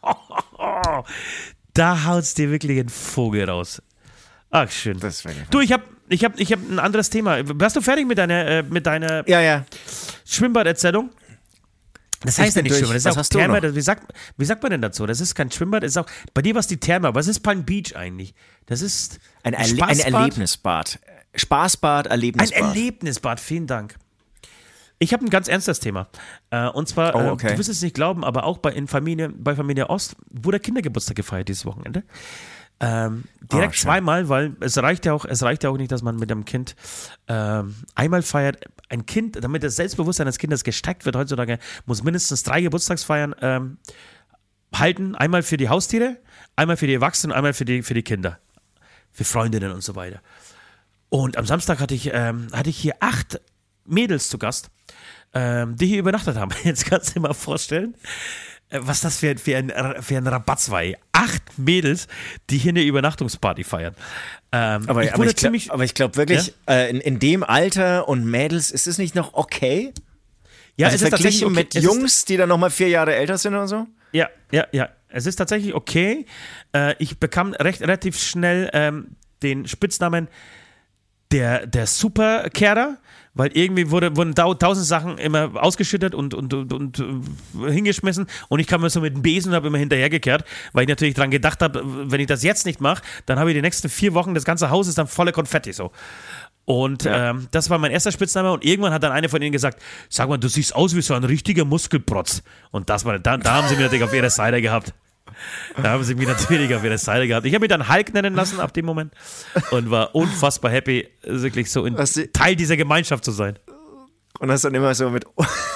da haut's dir wirklich einen Vogel raus. Ach, schön. Du, ich hab ein anderes Thema. Warst du fertig mit deiner Schwimmbaderzählung? Das heißt ja nicht Schwimmbad, das ist auch Therme. Wie sagt man denn dazu? Das ist kein Schwimmbad, das ist auch, bei dir war es die Therme, aber was ist Palm Beach eigentlich? Das ist ein Erlebnisbad. Spaßbad, Erlebnisbad. Ein Erlebnisbad, vielen Dank. Ich habe ein ganz ernstes Thema. Und zwar, du wirst es nicht glauben, aber auch bei Familie Ost wurde Kindergeburtstag gefeiert dieses Wochenende. Direkt zweimal, weil es reicht ja auch nicht, dass man mit einem Kind einmal feiert. Ein Kind, damit das Selbstbewusstsein des Kindes gestärkt wird heutzutage, muss mindestens 3 Geburtstagsfeiern halten. Einmal für die Haustiere, einmal für die Erwachsenen, einmal für die Kinder. Für Freundinnen und so weiter. Und am Samstag hatte ich hier 8 Mädels zu Gast, die hier übernachtet haben. Jetzt kannst du dir mal vorstellen, was das für ein Rabatz war. 8 Mädels, die hier eine Übernachtungsparty feiern. Aber ich glaube wirklich, in dem Alter und Mädels, ist es nicht noch okay? Ja, also es ist verglichen tatsächlich mit Jungs, die dann nochmal 4 Jahre älter sind oder so? Ja. Es ist tatsächlich okay. Ich bekam relativ schnell den Spitznamen der Superkehrer, weil irgendwie wurden 1000 Sachen immer ausgeschüttet und hingeschmissen und ich kam mir so mit dem Besen und habe immer hinterhergekehrt, weil ich natürlich dran gedacht habe, wenn ich das jetzt nicht mache, dann habe ich die nächsten 4 Wochen, das ganze Haus ist dann voller Konfetti so. Und das war mein erster Spitzname und irgendwann hat dann eine von ihnen gesagt, sag mal, du siehst aus wie so ein richtiger Muskelprotz. Und das war, da haben sie mich natürlich auf ihre Seite gehabt. Ich habe mich dann Hulk nennen lassen ab dem Moment und war unfassbar happy, wirklich so Teil dieser Gemeinschaft zu sein. Und hast dann immer so mit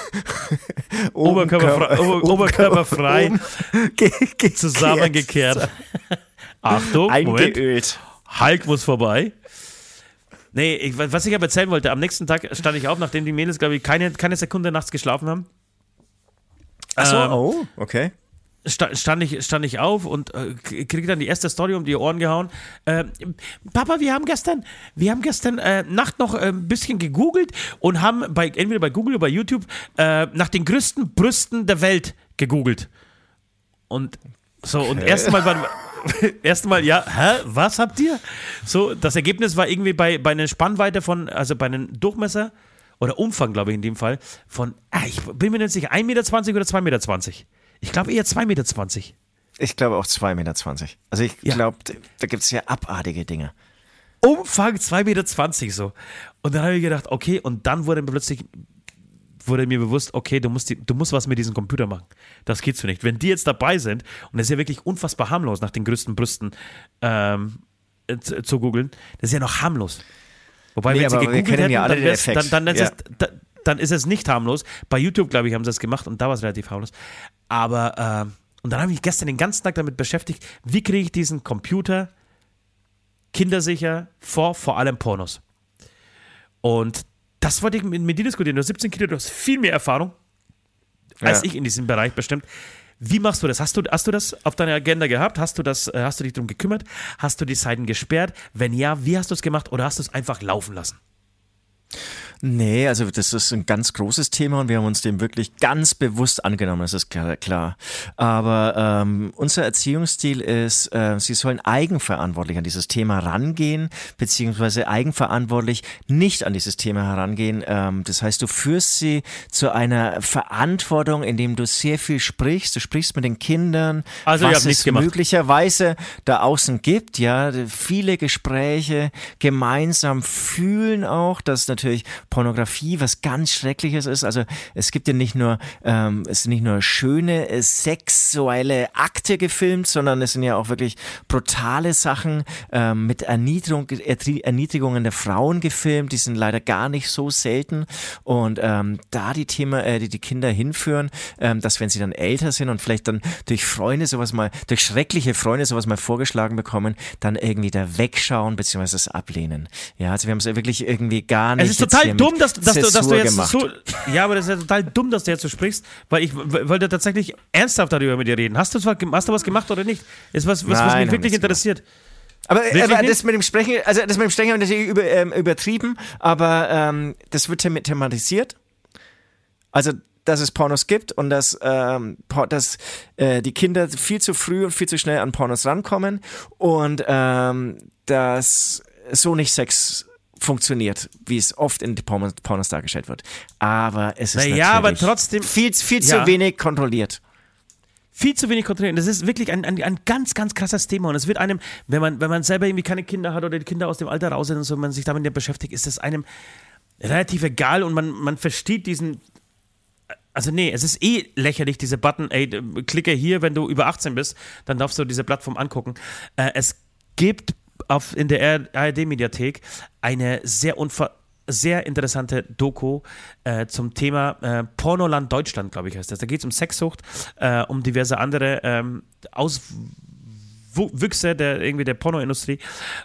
oberkörperfrei zusammengekehrt. Achtung, eingeölt. Moment. Hulk muss vorbei. Nee, was ich aber erzählen wollte, am nächsten Tag stand ich auf, nachdem die Mädels, glaube ich, keine Sekunde nachts geschlafen haben. Achso, okay. Stand ich auf und krieg dann die erste Story um die Ohren gehauen. Papa, wir haben gestern Nacht noch ein bisschen gegoogelt und haben entweder bei Google oder bei YouTube nach den größten Brüsten der Welt gegoogelt. Und so, und erstmal, was habt ihr? So, das Ergebnis war irgendwie bei einer Spannweite also bei einem Durchmesser oder Umfang, glaube ich in dem Fall, von, ich bin mir nicht sicher, 1,20 Meter oder 2,20 Meter. Ich glaube eher 2,20 Meter. Ich glaube auch 2,20 Meter. Also ich glaube, da gibt es ja abartige Dinge. Umfang 2,20 Meter so. Und dann habe ich gedacht, okay, und dann wurde mir bewusst, okay, du musst was mit diesem Computer machen. Das geht so nicht. Wenn die jetzt dabei sind, und das ist ja wirklich unfassbar harmlos, nach den größten Brüsten zu googeln, das ist ja noch harmlos. Wobei, wenn sie gegoogelt hätten, dann ist es nicht harmlos. Bei YouTube, glaube ich, haben sie das gemacht und da war es relativ harmlos. Aber, und dann habe ich mich gestern den ganzen Tag damit beschäftigt, wie kriege ich diesen Computer kindersicher vor allem Pornos. Und das wollte ich mit dir diskutieren. Du hast 17 Kilo, du hast viel mehr Erfahrung als ich in diesem Bereich bestimmt. Wie machst du das? Hast du das auf deiner Agenda gehabt? Hast du dich darum gekümmert? Hast du die Seiten gesperrt? Wenn ja, wie hast du es gemacht oder hast du es einfach laufen lassen? Nee, also das ist ein ganz großes Thema und wir haben uns dem wirklich ganz bewusst angenommen, das ist klar. Aber unser Erziehungsstil ist, sie sollen eigenverantwortlich an dieses Thema rangehen, beziehungsweise eigenverantwortlich nicht an dieses Thema herangehen. Das heißt, du führst sie zu einer Verantwortung, indem du sehr viel sprichst. Du sprichst mit den Kindern, also was es möglicherweise da außen gibt. Ja, viele Gespräche, gemeinsam fühlen auch, dass natürlich Pornografie was ganz Schreckliches ist. Also es gibt ja nicht nur schöne sexuelle Akte gefilmt, sondern es sind ja auch wirklich brutale Sachen mit Erniedrigungen der Frauen gefilmt. Die sind leider gar nicht so selten. Und da die Kinder hinführen, dass wenn sie dann älter sind und vielleicht dann durch schreckliche Freunde sowas mal vorgeschlagen bekommen, dann irgendwie da wegschauen bzw. es ablehnen. Ja, also wir haben es ja wirklich irgendwie gar nicht. Es ist total dumm, dass du jetzt so. Ja, aber das ist ja total dumm, dass du jetzt so sprichst, weil ich wollte tatsächlich ernsthaft darüber mit dir reden. Hast du was gemacht oder nicht? Ist was mich wirklich interessiert. Aber das mit dem Sprechen, haben wir natürlich übertrieben, aber das wird thematisiert. Also dass es Pornos gibt und dass die Kinder viel zu früh und viel zu schnell an Pornos rankommen und dass so nicht Sex funktioniert, wie es oft in Pornos dargestellt wird. Aber es ist natürlich aber trotzdem viel zu wenig kontrolliert. Viel zu wenig kontrolliert. Das ist wirklich ein ganz, ganz krasses Thema. Und es wird einem, wenn man selber irgendwie keine Kinder hat oder die Kinder aus dem Alter raus sind und so, und man sich damit beschäftigt, ist es einem relativ egal und man versteht diesen. Also nee, es ist lächerlich, diese Button, klicke hier, wenn du über 18 bist, dann darfst du diese Plattform angucken. Es gibt in der ARD-Mediathek eine sehr interessante Doku zum Thema Pornoland Deutschland, glaube ich, heißt das. Da geht es um Sexsucht, um diverse andere Auswüchse der Pornoindustrie.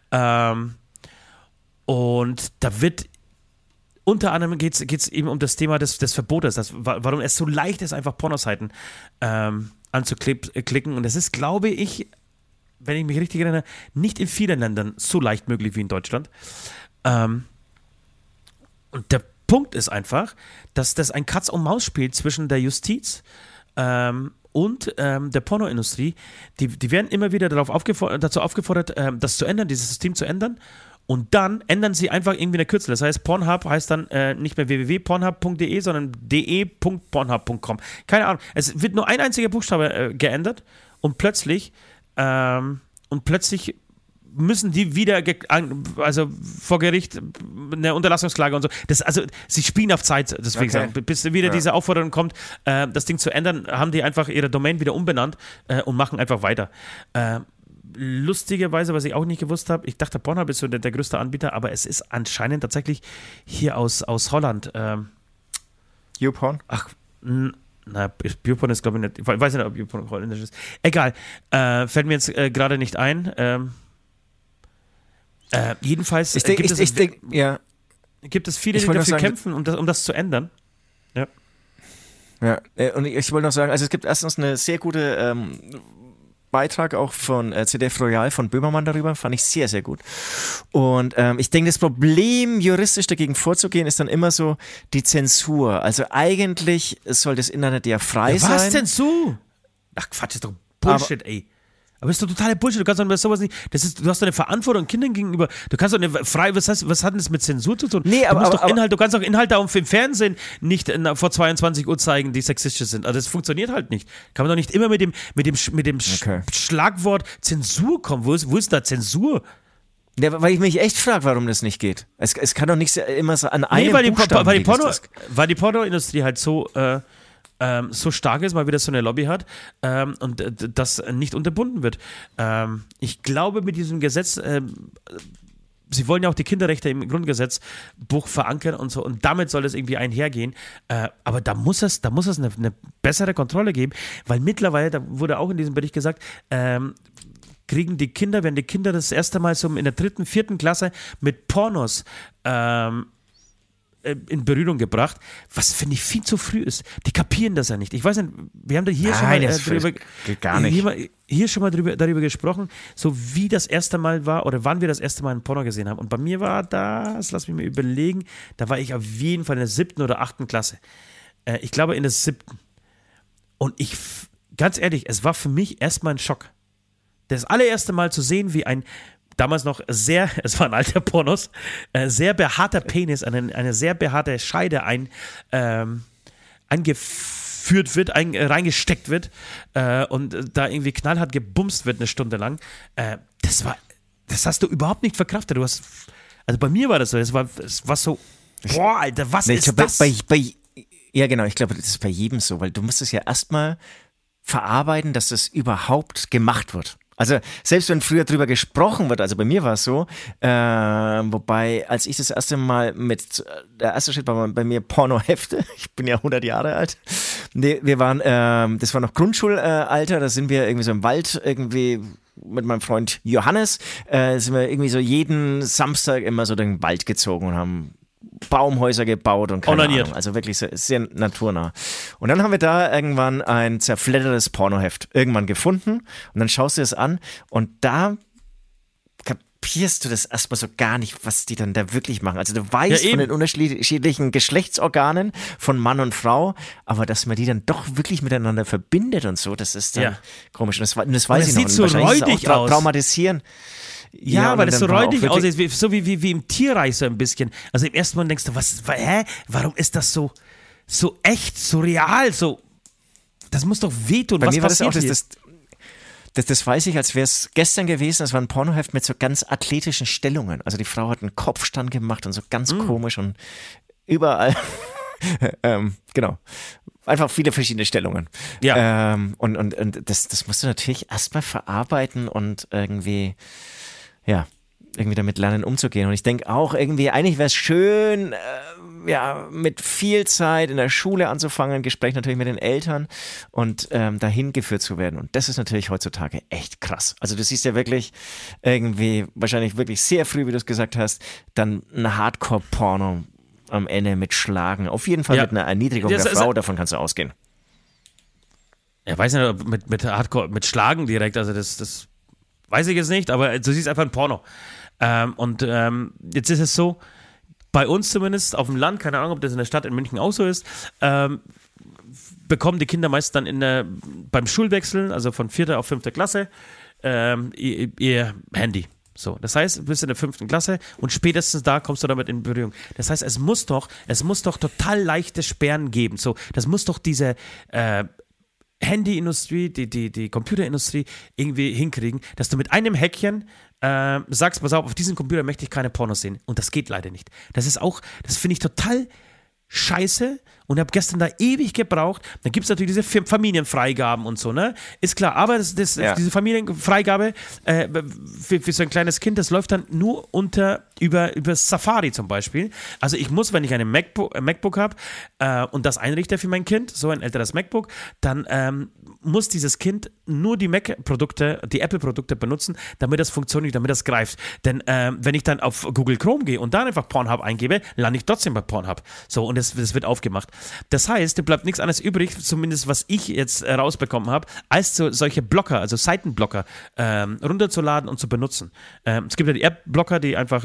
Und da wird unter anderem geht's eben um das Thema des Verbotes, warum es so leicht ist, einfach Pornoseiten anzuklicken. Und das ist, glaube ich, wenn ich mich richtig erinnere, nicht in vielen Ländern so leicht möglich wie in Deutschland. Und der Punkt ist einfach, dass das ein Katz-und-Maus-Spiel zwischen der Justiz und der Pornoindustrie. Die werden immer wieder dazu aufgefordert, das zu ändern, dieses System zu ändern. Und dann ändern sie einfach irgendwie eine Kürzel. Das heißt, Pornhub heißt dann nicht mehr www.pornhub.de, sondern de.pornhub.com. Keine Ahnung. Es wird nur ein einziger Buchstabe geändert und plötzlich müssen die wieder vor Gericht eine Unterlassungsklage und so. Sie spielen auf Zeit, deswegen bis wieder diese Aufforderung kommt, das Ding zu ändern, haben die einfach ihre Domain wieder umbenannt und machen einfach weiter. Lustigerweise, was ich auch nicht gewusst habe, ich dachte, Pornhub ist so der größte Anbieter, aber es ist anscheinend tatsächlich hier aus Holland. YouPorn? Ach, YouPorn ist, glaube ich, nicht. Ich weiß nicht, ob YouPorn holländisch ist. Egal. Fällt mir jetzt gerade nicht ein. Jedenfalls gibt es viele, die dafür kämpfen, um das zu ändern. Ja. Ja, und ich wollte noch sagen, also es gibt erstens eine sehr gute Beitrag auch von ZDF Royal von Böhmermann darüber, fand ich sehr, sehr gut. Und ich denke, das Problem, juristisch dagegen vorzugehen, ist dann immer so die Zensur. Also eigentlich soll das Internet ja frei sein. Was Zensur? Ach Quatsch, ist doch Bullshit, ey. Aber das ist doch totale Bullshit, du kannst doch sowas nicht, du hast doch eine Verantwortung Kindern gegenüber, du kannst doch was hat denn das mit Zensur zu tun? Nee, du kannst doch Inhalte auch im Fernsehen nicht vor 22 Uhr zeigen, die sexistisch sind, also das funktioniert halt nicht. Kann man doch nicht immer mit dem Schlagwort Zensur kommen, wo ist da Zensur? Ja, weil ich mich echt frage, warum das nicht geht. Es kann doch nicht immer so an einem Buchstaben weil die Pornoindustrie halt so stark ist, weil wieder so eine Lobby hat und das nicht unterbunden wird. Ich glaube, mit diesem Gesetz, sie wollen ja auch die Kinderrechte im Grundgesetzbuch verankern und so, und damit soll es irgendwie einhergehen. Aber da muss es eine bessere Kontrolle geben, weil mittlerweile, da wurde auch in diesem Bericht gesagt, werden die Kinder das erste Mal so in der 3., 4. Klasse mit Pornos in Berührung gebracht, was finde ich viel zu früh ist. Die kapieren das ja nicht. Ich weiß nicht, wir haben da hier schon mal darüber gesprochen, so wie das erste Mal war oder wann wir das erste Mal ein Porno gesehen haben. Und bei mir war das, lass mich mal überlegen, da war ich auf jeden Fall in der 7. oder 8. Klasse. Ich glaube in der 7. Und ganz ehrlich, es war für mich erstmal ein Schock. Das allererste Mal zu sehen, wie ein damals noch es war ein alter Pornos, sehr behaarter Penis, eine sehr behaarte Scheide eingeführt wird, reingesteckt wird und da irgendwie knallhart gebumst wird eine Stunde lang. Das hast du überhaupt nicht verkraftet. Also bei mir war das so, es war so, boah, Alter, was ist das? Ja, genau, ich glaube, das ist bei jedem so, weil du musst es ja erstmal verarbeiten, dass das überhaupt gemacht wird. Also selbst wenn früher drüber gesprochen wird, also bei mir war es so, wobei als ich das erste Mal der erste Schritt war bei mir Pornohefte, ich bin ja 100 Jahre alt, wir waren, das war noch Grundschulalter, da sind wir irgendwie so im Wald irgendwie mit meinem Freund Johannes, sind wir irgendwie so jeden Samstag immer so durch den Wald gezogen und haben Baumhäuser gebaut und keine Ahnung, also wirklich sehr, sehr naturnah. Und dann haben wir da irgendwann ein zerfleddertes Pornoheft irgendwann gefunden und dann schaust du es an und da kapierst du das erstmal so gar nicht, was die dann da wirklich machen. Also du weißt von den unterschiedlichen Geschlechtsorganen von Mann und Frau, aber dass man die dann doch wirklich miteinander verbindet und so, das ist dann komisch. Und das weiß ich noch. Das sieht so räudig aus. Traumatisieren. Ja, weil das so räudig aussieht, so wie im Tierreich so ein bisschen. Also im ersten Mal denkst du, warum ist das so echt, so real, so, das muss doch wehtun. Was passiert hier? Das weiß ich, als wäre es gestern gewesen, das war ein Pornoheft mit so ganz athletischen Stellungen. Also die Frau hat einen Kopfstand gemacht und so ganz komisch und überall, genau, einfach viele verschiedene Stellungen. Ja. Und das musst du natürlich erstmal verarbeiten und irgendwie damit lernen umzugehen. Und ich denke auch irgendwie, eigentlich wäre es schön, mit viel Zeit in der Schule anzufangen, Gespräch natürlich mit den Eltern und dahin geführt zu werden. Und das ist natürlich heutzutage echt krass. Also du siehst ja wirklich irgendwie, wahrscheinlich wirklich sehr früh, wie du es gesagt hast, dann ein Hardcore-Porno am Ende mit Schlagen. Auf jeden Fall mit einer Erniedrigung der Frau, davon kannst du ausgehen. Ja, weiß nicht, mit Hardcore, mit Schlagen direkt, also das weiß ich jetzt nicht, aber du siehst einfach ein Porno. Jetzt ist es so, bei uns zumindest auf dem Land, keine Ahnung, ob das in der Stadt in München auch so ist, bekommen die Kinder meist dann beim Schulwechseln, also von 4. auf 5. Klasse, ihr Handy. So, das heißt, du bist in der 5. Klasse und spätestens da kommst du damit in Berührung. Das heißt, es muss doch total leichte Sperren geben. So, das muss doch diese Handyindustrie, die Computerindustrie irgendwie hinkriegen, dass du mit einem Häkchen sagst, pass auf diesem Computer möchte ich keine Pornos sehen. Und das geht leider nicht. Das finde ich total scheiße und habe gestern da ewig gebraucht. Dann gibt es natürlich diese Familienfreigaben und so, ne? Ist klar, aber diese Familienfreigabe für so ein kleines Kind, das läuft dann nur über Safari zum Beispiel. Also ich muss, wenn ich ein MacBook habe und das einrichte für mein Kind, so ein älteres MacBook, dann muss dieses Kind nur die Mac-Produkte, die Apple-Produkte benutzen, damit das funktioniert, damit das greift. Denn wenn ich dann auf Google Chrome gehe und dann einfach Pornhub eingebe, lande ich trotzdem bei Pornhub. So, und das wird aufgemacht. Das heißt, dir bleibt nichts anderes übrig, zumindest was ich jetzt rausbekommen habe, als solche Blocker, also Seitenblocker, runterzuladen und zu benutzen. Es gibt ja die App-Blocker, die einfach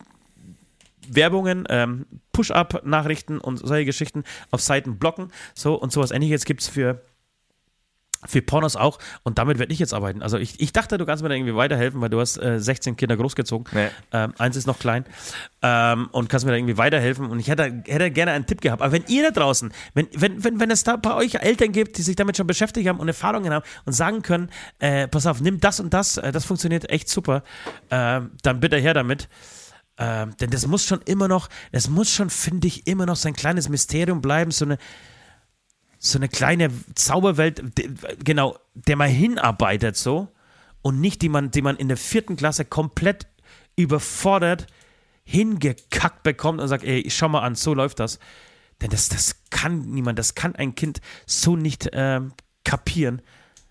Werbungen, Push-Up-Nachrichten und solche Geschichten auf Seiten blocken. So, und sowas Ähnliches gibt es für Pornos auch und damit werde ich jetzt arbeiten. Also ich dachte, du kannst mir da irgendwie weiterhelfen, weil du hast 16 Kinder großgezogen. Nee. Eins ist noch klein und kannst mir da irgendwie weiterhelfen und ich hätte gerne einen Tipp gehabt. Aber wenn ihr da draußen, wenn es da bei euch Eltern gibt, die sich damit schon beschäftigt haben und Erfahrungen haben und sagen können, pass auf, nimm das und das funktioniert echt super, dann bitte her damit. Denn das muss schon, finde ich, immer noch so ein kleines Mysterium bleiben, so eine kleine Zauberwelt, genau, der man hinarbeitet so und nicht die man in der 4. Klasse komplett überfordert hingekackt bekommt und sagt, ey, schau mal an, so läuft das. Denn das kann niemand, das kann ein Kind so nicht kapieren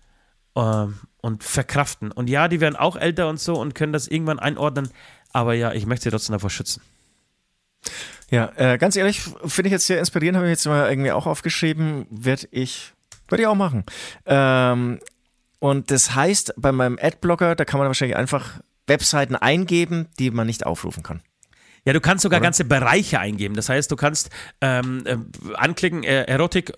und verkraften. Und ja, die werden auch älter und so und können das irgendwann einordnen, aber ja, ich möchte sie trotzdem davor schützen. Ja, ganz ehrlich, finde ich jetzt sehr inspirierend, habe ich jetzt mal irgendwie auch aufgeschrieben, würde ich auch machen. Und das heißt, bei meinem Adblocker, da kann man wahrscheinlich einfach Webseiten eingeben, die man nicht aufrufen kann. Ja, du kannst sogar ganze Bereiche eingeben. Das heißt, du kannst anklicken, Erotik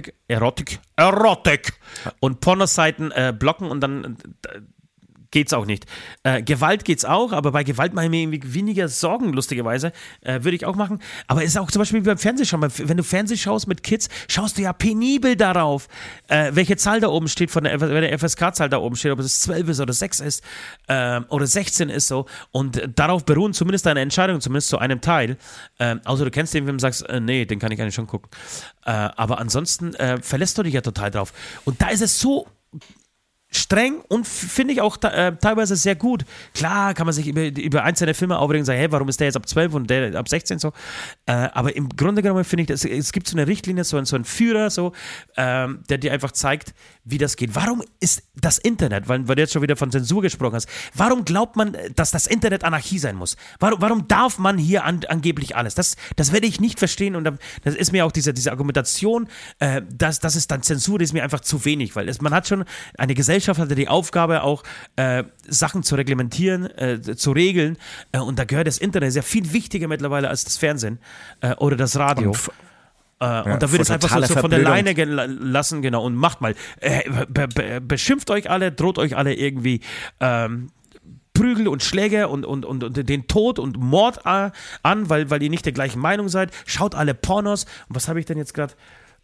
und Pornoseiten blocken und dann geht's auch nicht. Gewalt geht's auch, aber bei Gewalt mache ich mir irgendwie weniger Sorgen, lustigerweise. Würde ich auch machen. Aber es ist auch zum Beispiel wie beim Fernsehschauen. Wenn du Fernseh schaust mit Kids, schaust du ja penibel darauf, welche Zahl da oben steht, wenn der FSK-Zahl da oben steht, ob es 12 ist oder 6 ist oder 16 ist so. Und darauf beruhen zumindest deine Entscheidungen, zumindest zu einem Teil. Außer du kennst den Film und sagst, nee, den kann ich eigentlich schon gucken. Aber ansonsten verlässt du dich ja total drauf. Und da ist es so streng und finde ich auch teilweise sehr gut. Klar kann man sich über einzelne Filme aufregen und sagen, hey, warum ist der jetzt ab 12 und der ab 16 so? Aber im Grunde genommen finde ich, es gibt so eine Richtlinie, so einen Führer, so, der dir einfach zeigt, wie das geht. Warum ist das Internet, weil du jetzt schon wieder von Zensur gesprochen hast, warum glaubt man, dass das Internet Anarchie sein muss? Warum darf man hier angeblich alles? Das werde ich nicht verstehen und das ist mir auch diese Argumentation, das ist dann Zensur, die ist mir einfach zu wenig, weil man hat schon eine Gesellschaft, hatte die Aufgabe auch Sachen zu reglementieren, zu regeln und da gehört das Internet sehr viel wichtiger mittlerweile als das Fernsehen oder das Radio. Und da wird es einfach so von der Leine gelassen, genau, und macht mal, beschimpft euch alle, droht euch alle irgendwie Prügel und Schläge und den Tod und Mord an, weil ihr nicht der gleichen Meinung seid, schaut alle Pornos und was habe ich denn jetzt gerade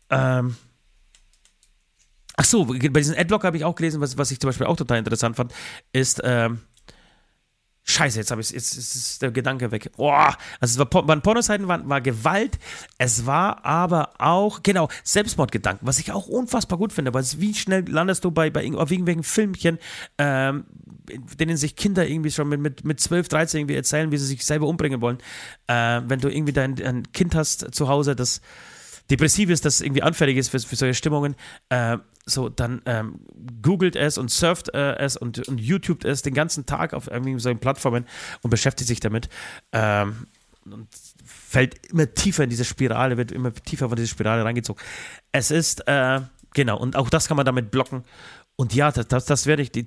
Ach so, bei diesem Adblock habe ich auch gelesen, was ich zum Beispiel auch total interessant fand, ist, Scheiße, jetzt ist der Gedanke weg. Also es waren Pornoseiten, war Gewalt, es war aber auch, genau, Selbstmordgedanken, was ich auch unfassbar gut finde, weil wie schnell landest du auf irgendwelchen Filmchen, in denen sich Kinder irgendwie schon mit 12, 13 irgendwie erzählen, wie sie sich selber umbringen wollen. Wenn du irgendwie ein Kind hast zu Hause, das depressiv ist, das irgendwie anfällig ist für solche Stimmungen, dann googelt es und surft es und YouTubet es den ganzen Tag auf irgendwie solchen Plattformen und beschäftigt sich damit und fällt immer tiefer in diese Spirale, wird immer tiefer von dieser Spirale reingezogen. Es ist, genau, und auch das kann man damit blocken. Und ja, das werde ich,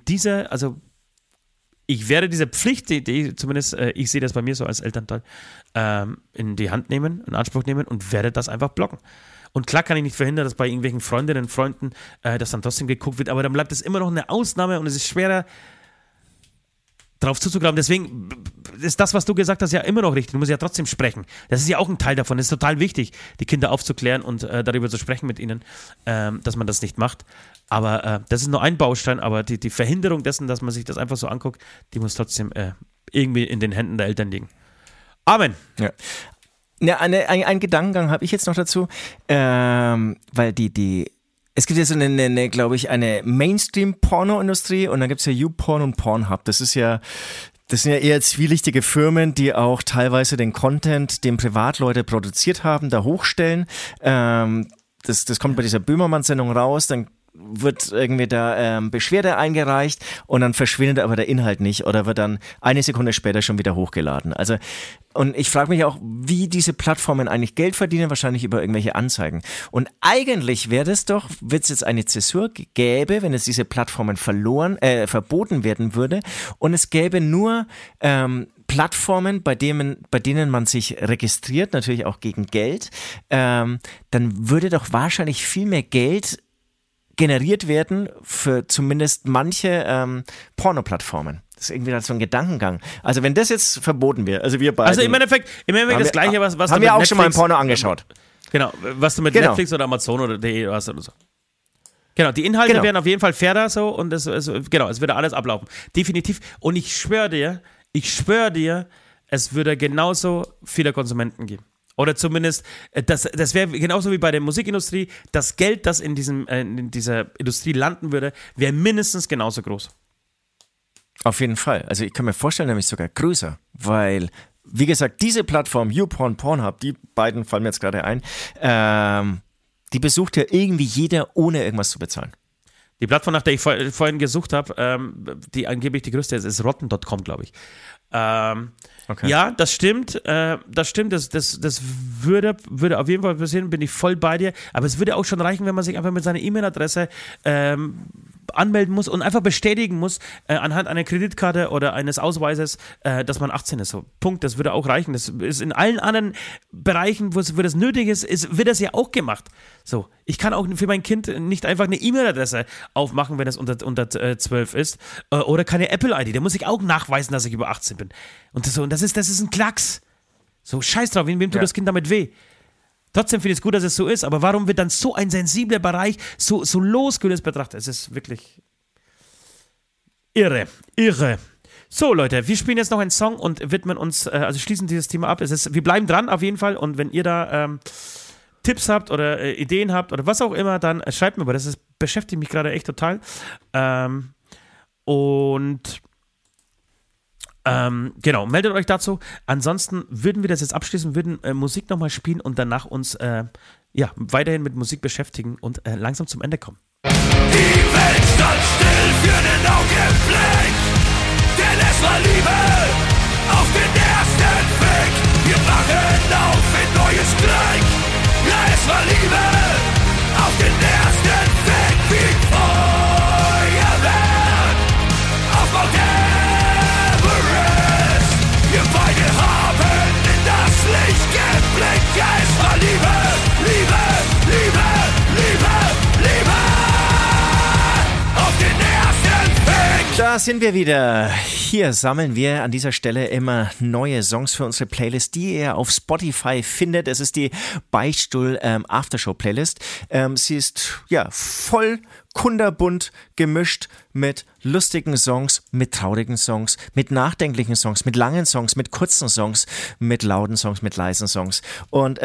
ich werde diese Pflicht, zumindest ich sehe das bei mir so als Elternteil, in die Hand nehmen, in Anspruch nehmen und werde das einfach blocken. Und klar kann ich nicht verhindern, dass bei irgendwelchen Freundinnen und Freunden das dann trotzdem geguckt wird, aber dann bleibt es immer noch eine Ausnahme und es ist schwerer, darauf zuzuglauben. Deswegen ist das, was du gesagt hast, ja immer noch richtig. Du musst ja trotzdem sprechen. Das ist ja auch ein Teil davon. Es ist total wichtig, die Kinder aufzuklären und darüber zu sprechen mit ihnen, dass man das nicht macht. Aber das ist nur ein Baustein, aber die Verhinderung dessen, dass man sich das einfach so anguckt, die muss trotzdem irgendwie in den Händen der Eltern liegen. Amen. Ja. Ja, ein Gedankengang habe ich jetzt noch dazu, weil es gibt ja so eine glaube ich, eine Mainstream-Porno-Industrie und dann gibt es ja YouPorn und Pornhub. Das sind ja eher zwielichtige Firmen, die auch teilweise den Content, den Privatleute produziert haben, da hochstellen. Das kommt bei dieser Böhmermann-Sendung raus, dann wird irgendwie da Beschwerde eingereicht und dann verschwindet aber der Inhalt nicht oder wird dann eine Sekunde später schon wieder hochgeladen. Also, und ich frage mich auch, wie diese Plattformen eigentlich Geld verdienen, wahrscheinlich über irgendwelche Anzeigen. Und eigentlich wäre das doch, wenn es jetzt eine Zäsur gäbe, wenn es diese Plattformen verboten werden würde und es gäbe nur Plattformen, bei denen man sich registriert, natürlich auch gegen Geld, dann würde doch wahrscheinlich viel mehr Geld generiert werden für zumindest manche Porno-Plattformen. Das ist irgendwie so ein Gedankengang. Also wenn das jetzt verboten wird, also wir beide... Also im Endeffekt das Gleiche, was haben wir auch Netflix, schon mal ein Porno angeschaut. Genau, was du mit Netflix oder Amazon oder DE hast oder so. Genau, die Inhalte werden auf jeden Fall fairer so und es würde alles ablaufen. Definitiv. Und ich schwöre dir, es würde genauso viele Konsumenten geben. Oder zumindest, das wäre genauso wie bei der Musikindustrie, das Geld, das in dieser Industrie landen würde, wäre mindestens genauso groß. Auf jeden Fall. Also ich kann mir vorstellen, nämlich sogar größer, weil, wie gesagt, diese Plattform, YouPorn, Pornhub, die beiden fallen mir jetzt gerade ein, die besucht ja irgendwie jeder, ohne irgendwas zu bezahlen. Die Plattform, nach der ich vorhin gesucht habe, die angeblich die größte ist rotten.com, glaube ich. Okay. Ja, das stimmt. Das würde auf jeden Fall passieren, bin ich voll bei dir. Aber es würde auch schon reichen, wenn man sich einfach mit seiner E-Mail-Adresse anmelden muss und einfach bestätigen muss, anhand einer Kreditkarte oder eines Ausweises, dass man 18 ist. So, Punkt, das würde auch reichen. Das ist in allen anderen Bereichen, wo das nötig ist, wird das ja auch gemacht. So, ich kann auch für mein Kind nicht einfach eine E-Mail-Adresse aufmachen, wenn es unter 12 ist, oder keine Apple-ID. Da muss ich auch nachweisen, dass ich über 18 bin. Und das ist ein Klacks. So, scheiß drauf, wem tut das Kind damit weh? Trotzdem finde ich es gut, dass es so ist, aber warum wird dann so ein sensibler Bereich so losgelöst betrachtet? Es ist wirklich irre. So, Leute, wir spielen jetzt noch einen Song und widmen uns, also schließen dieses Thema ab. Wir bleiben dran auf jeden Fall, und wenn ihr da Tipps habt oder Ideen habt oder was auch immer, dann schreibt mir, weil das beschäftigt mich gerade echt total. Genau, meldet euch dazu. Ansonsten würden wir das jetzt abschließen, würden Musik nochmal spielen und danach uns weiterhin mit Musik beschäftigen und langsam zum Ende kommen. Die Welt stand still für einen Augenblick, denn es war Liebe auf den ersten Weg. Wir wachen auf in neues Glück, ja, es war Liebe auf den ersten Weg, wie Feuerwerk auf Mount Everest. Wir beide haben in das Licht geblickt, ja, es war Liebe, Liebe, Liebe, Liebe, Liebe auf den ersten Weg. Da sind wir wieder. Hier sammeln wir an dieser Stelle immer neue Songs für unsere Playlist, die ihr auf Spotify findet. Es ist die Beichtstuhl Aftershow Playlist. Sie ist voll kunderbunt gemischt mit lustigen Songs, mit traurigen Songs, mit nachdenklichen Songs, mit langen Songs, mit kurzen Songs, mit lauten Songs, mit leisen Songs. Und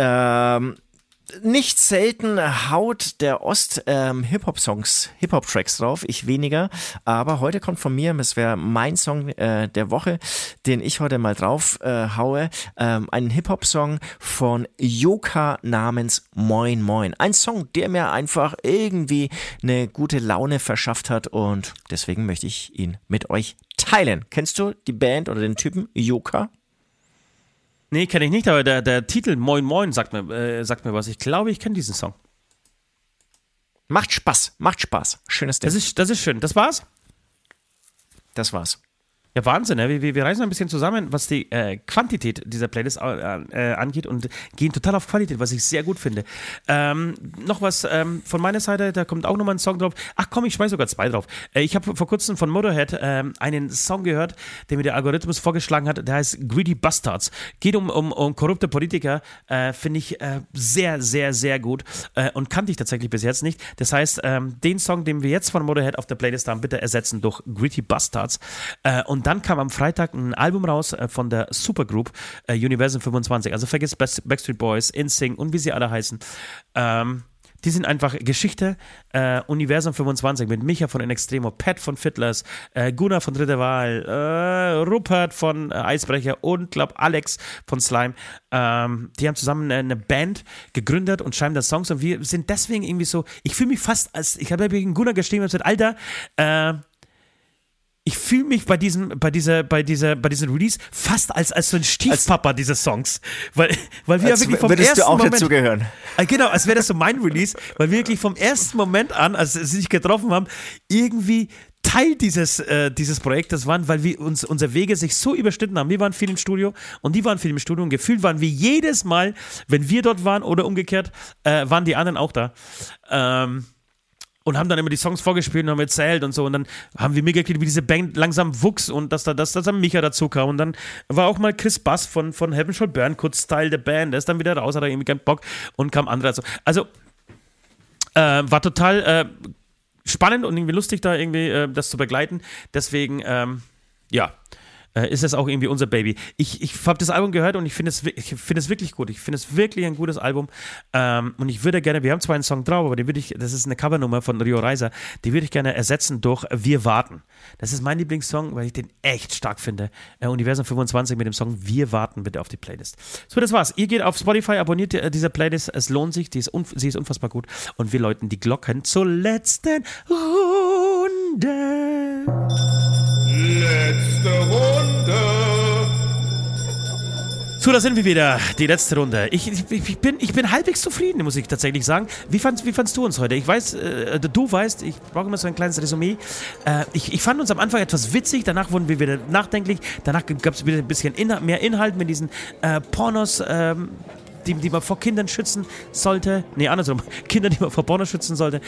nicht selten haut der Ost Hip-Hop-Songs, Hip-Hop-Tracks drauf, ich weniger, aber heute kommt von mir, es wäre mein Song der Woche, den ich heute mal drauf haue, einen Hip-Hop-Song von Yoka namens Moin Moin. Ein Song, der mir einfach irgendwie eine gute Laune verschafft hat, und deswegen möchte ich ihn mit euch teilen. Kennst du die Band oder den Typen Yoka? Nee, kenne ich nicht, aber der Titel Moin Moin sagt mir was. Ich glaube, ich kenne diesen Song. Macht Spaß. Schönes Ding. Das ist schön. Das war's? Das war's. Ja, Wahnsinn, ne? Wir reißen ein bisschen zusammen, was die Quantität dieser Playlist angeht, und gehen total auf Qualität, was ich sehr gut finde. Noch was von meiner Seite, da kommt auch nochmal ein Song drauf. Ach komm, ich schmeiß sogar 2 drauf. Ich habe vor kurzem von Motorhead einen Song gehört, den mir der Algorithmus vorgeschlagen hat, der heißt Greedy Bastards. Geht um korrupte Politiker, finde ich sehr, sehr, sehr gut, und kannte ich tatsächlich bis jetzt nicht. Das heißt, den Song, den wir jetzt von Motorhead auf der Playlist haben, bitte ersetzen durch Greedy Bastards. Und dann kam am Freitag ein Album raus von der Supergroup Universum 25. Also vergiss Backstreet Boys, NSYNC und wie sie alle heißen. Die sind einfach Geschichte. Universum 25 mit Micha von In Extremo, Pat von Fiddlers, Gunnar von Dritte Wahl, Rupert von Eisbrecher und, Alex von Slime. Die haben zusammen eine Band gegründet und schreiben da Songs, und wir sind deswegen irgendwie so, ich fühle mich fast ich habe gegen Gunnar geschrieben und gesagt, Alter, ich fühle mich bei diesem Release fast als so ein Stiefpapa dieser Songs, weil wir ja wirklich vom ersten du auch Moment dazugehören. Genau, als wäre das so mein Release, weil wir wirklich vom ersten Moment an, als sie sich getroffen haben, irgendwie Teil dieses Projektes waren, weil wir unsere Wege sich so überschnitten haben. Wir waren viel im Studio und die waren viel im Studio, und gefühlt waren wir jedes Mal, wenn wir dort waren oder umgekehrt, waren die anderen auch da. Und haben dann immer die Songs vorgespielt und haben erzählt und so. Und dann haben wir mitgekriegt, wie diese Band langsam wuchs und dass dann Micha dazu kam. Und dann war auch mal Chris Bass von Heaven Shall Burn kurz Teil der Band. Der ist dann wieder raus, hat er irgendwie keinen Bock, und kam andere dazu. Also war total spannend und irgendwie lustig, da irgendwie das zu begleiten. Deswegen, ist es auch irgendwie unser Baby. Ich habe das Album gehört und ich finde es wirklich gut. Ich finde es wirklich ein gutes Album. Und ich würde gerne, wir haben zwar einen Song drauf, aber das ist eine Covernummer von Rio Reiser, die würde ich gerne ersetzen durch Wir warten. Das ist mein Lieblingssong, weil ich den echt stark finde. Universum 25 mit dem Song Wir warten, bitte auf die Playlist. So, das war's. Ihr geht auf Spotify, abonniert diese Playlist. Es lohnt sich, sie ist unfassbar gut. Und wir läuten die Glocken zur letzten Runde. Runde. Letzte Runde. So, da sind wir wieder. Die letzte Runde. Ich bin halbwegs zufrieden, muss ich tatsächlich sagen. Wie fandst du uns heute? Ich weiß, du weißt, ich brauche immer so ein kleines Resümee. Ich fand uns am Anfang etwas witzig, danach wurden wir wieder nachdenklich, danach gab es wieder ein bisschen mehr Inhalt mit diesen Pornos, die man vor Kindern schützen sollte. Nee, andersrum. Kinder, die man vor Pornos schützen sollte.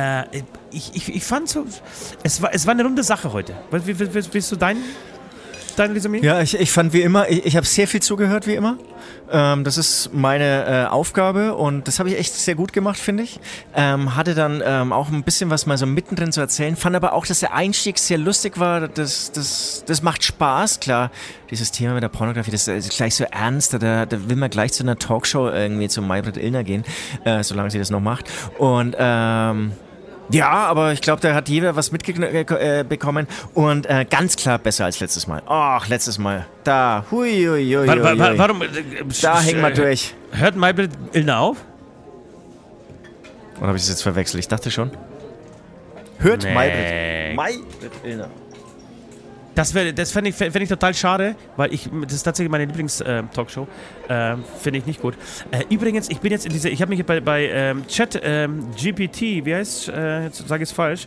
Ich fand so, es war eine runde Sache heute. Willst du dein Resümee? Ja, ich fand wie immer, ich habe sehr viel zugehört wie immer. Das ist meine Aufgabe und das habe ich echt sehr gut gemacht, finde ich. Hatte dann auch ein bisschen was mal so mittendrin zu erzählen, fand aber auch, dass der Einstieg sehr lustig war. Das macht Spaß, klar. Dieses Thema mit der Pornografie, das ist gleich so ernst, da will man gleich zu einer Talkshow irgendwie zu Maybrit Illner gehen, solange sie das noch macht. Und ja, aber ich glaube, da hat jeder was mitbekommen und ganz klar besser als letztes Mal. Ach, letztes Mal. Da, Warum? Da hängen wir durch. Hört Maybrit Illner auf? Oder habe ich das jetzt verwechselt? Ich dachte schon. Hört Maybrit Illner. Das fänd ich total schade, weil das ist tatsächlich meine Lieblings-Talkshow. Finde ich nicht gut. Übrigens, ich bin jetzt ich habe mich bei ChatGPT, wie heißt jetzt sage ich es falsch,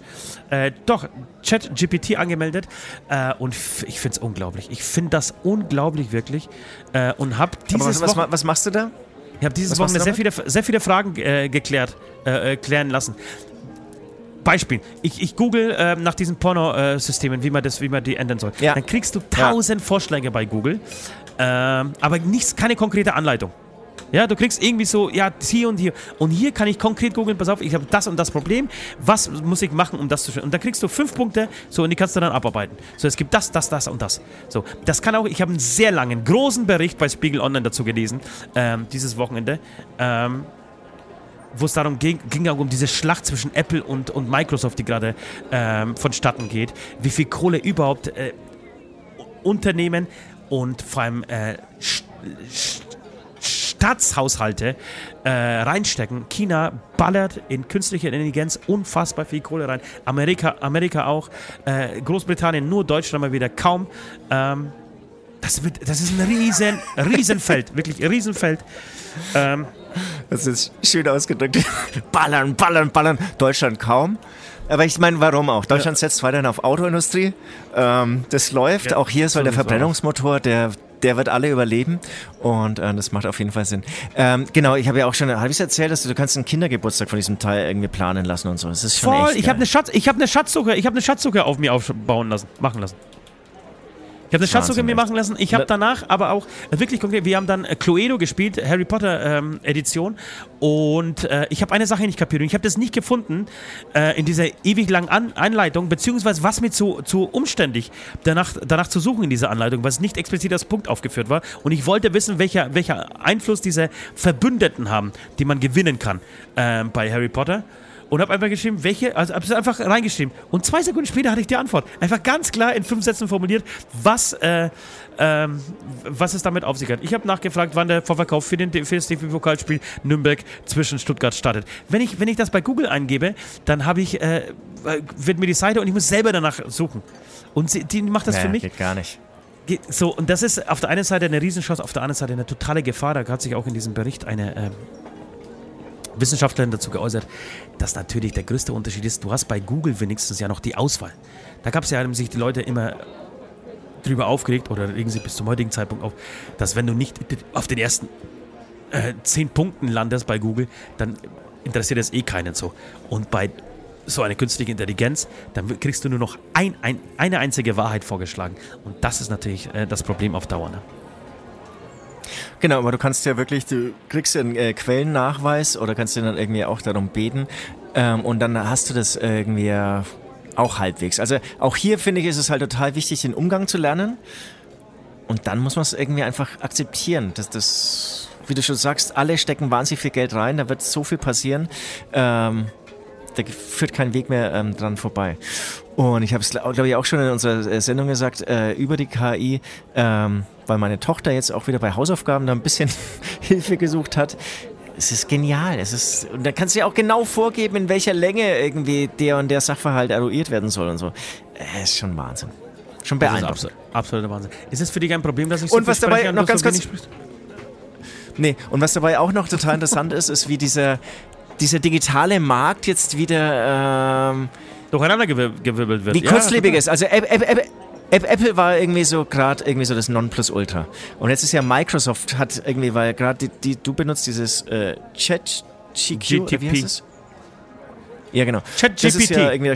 ChatGPT angemeldet und ich finde es unglaublich. Ich finde das unglaublich wirklich und habe dieses was machst du da? Ich habe dieses Wochenende sehr viele Fragen klären lassen. Beispiel, ich google nach diesen Pornosystemen, wie man die ändern soll. Ja. Dann kriegst du 1000 Vorschläge bei Google, aber keine konkrete Anleitung. Ja, du kriegst irgendwie so, ja, hier und hier. Und hier kann ich konkret googeln, pass auf, ich habe das und das Problem, was muss ich machen, um das zu schaffen? Und da kriegst du 5 Punkte, so, und die kannst du dann abarbeiten. So, es gibt das und das. So, das kann auch, ich habe einen sehr langen, großen Bericht bei Spiegel Online dazu gelesen, dieses Wochenende, wo es darum ging auch um diese Schlacht zwischen Apple und Microsoft, die gerade vonstatten geht, wie viel Kohle überhaupt Unternehmen und vor allem Staatshaushalte reinstecken. China ballert in künstliche Intelligenz unfassbar viel Kohle rein. Amerika auch. Großbritannien, nur Deutschland mal wieder kaum. Das ist ein Riesenfeld, wirklich ein Riesenfeld. Das ist schön ausgedrückt. Ballern. Deutschland kaum. Aber ich meine, warum auch? Deutschland setzt weiterhin auf Autoindustrie. Das läuft. Auch hier soll der Verbrennungsmotor, der wird alle überleben. Und das macht auf jeden Fall Sinn. Genau, ich habe ja auch schon, habe ich es erzählt, dass du kannst einen Kindergeburtstag von diesem Teil irgendwie planen lassen und so. Das ist schon echt geil. Ich habe eine Schatzsuche auf mir machen lassen. Ich habe eine Schatzsuche mir machen lassen. Ich habe danach aber auch wirklich konkret, wir haben dann Cluedo gespielt, Harry Potter Edition. Und ich habe eine Sache nicht kapiert. Und ich habe das nicht gefunden in dieser ewig langen Anleitung, beziehungsweise was mir zu umständlich danach zu suchen in dieser Anleitung, was nicht explizit als Punkt aufgeführt war. Und ich wollte wissen, welcher Einfluss diese Verbündeten haben, die man gewinnen kann bei Harry Potter. Und habe einfach geschrieben, habe es einfach reingeschrieben. Und 2 Sekunden später hatte ich die Antwort. Einfach ganz klar in 5 Sätzen formuliert, was es damit auf sich hat. Ich habe nachgefragt, wann der Vorverkauf für das DFB-Pokalspiel Nürnberg zwischen Stuttgart startet. Wenn ich das bei Google eingebe, dann wird mir die Seite und ich muss selber danach suchen. Und die macht das für mich. Geht gar nicht. So, und das ist auf der einen Seite eine Riesenchance, auf der anderen Seite eine totale Gefahr. Da hat sich auch in diesem Bericht eine Wissenschaftlerin dazu geäußert, dass natürlich der größte Unterschied ist, du hast bei Google wenigstens ja noch die Auswahl. Da gab es ja sich die Leute immer drüber aufgeregt oder regen sich bis zum heutigen Zeitpunkt auf, dass wenn du nicht auf den ersten 10 Punkten landest bei Google, dann interessiert es keinen so. Und bei so einer künstlichen Intelligenz, dann kriegst du nur noch eine einzige Wahrheit vorgeschlagen. Und das ist natürlich das Problem auf Dauer. Ne? Genau, aber du kriegst ja einen Quellennachweis oder kannst dir dann irgendwie auch darum beten und dann hast du das irgendwie auch halbwegs. Also auch hier finde ich, ist es halt total wichtig, den Umgang zu lernen und dann muss man es irgendwie einfach akzeptieren, dass das, wie du schon sagst, alle stecken wahnsinnig viel Geld rein, da wird so viel passieren, da führt kein Weg mehr dran vorbei. Und ich habe es, glaube ich, auch schon in unserer Sendung gesagt, über die KI, weil meine Tochter jetzt auch wieder bei Hausaufgaben da ein bisschen Hilfe gesucht hat. Es ist genial. Und da kannst du ja auch genau vorgeben, in welcher Länge irgendwie der und der Sachverhalt eruiert werden soll und so. Ist schon Wahnsinn. Schon beeindruckend. Das ist absoluter Wahnsinn. Ist es für dich ein Problem, dass ich so und was viel dabei spreche noch und ganz so kurz. wenig sprichst? Nee, und was dabei auch noch total interessant ist wie dieser digitale Markt jetzt wieder durcheinander gewirbelt wird. wie kurzlebig ist. Also Apple war irgendwie so gerade das Nonplusultra. Und jetzt ist ja Microsoft hat irgendwie, weil gerade du benutzt dieses ChatGPT, oder wie heißt es? Ja, genau. ChatGPT. Das ist ja irgendwie,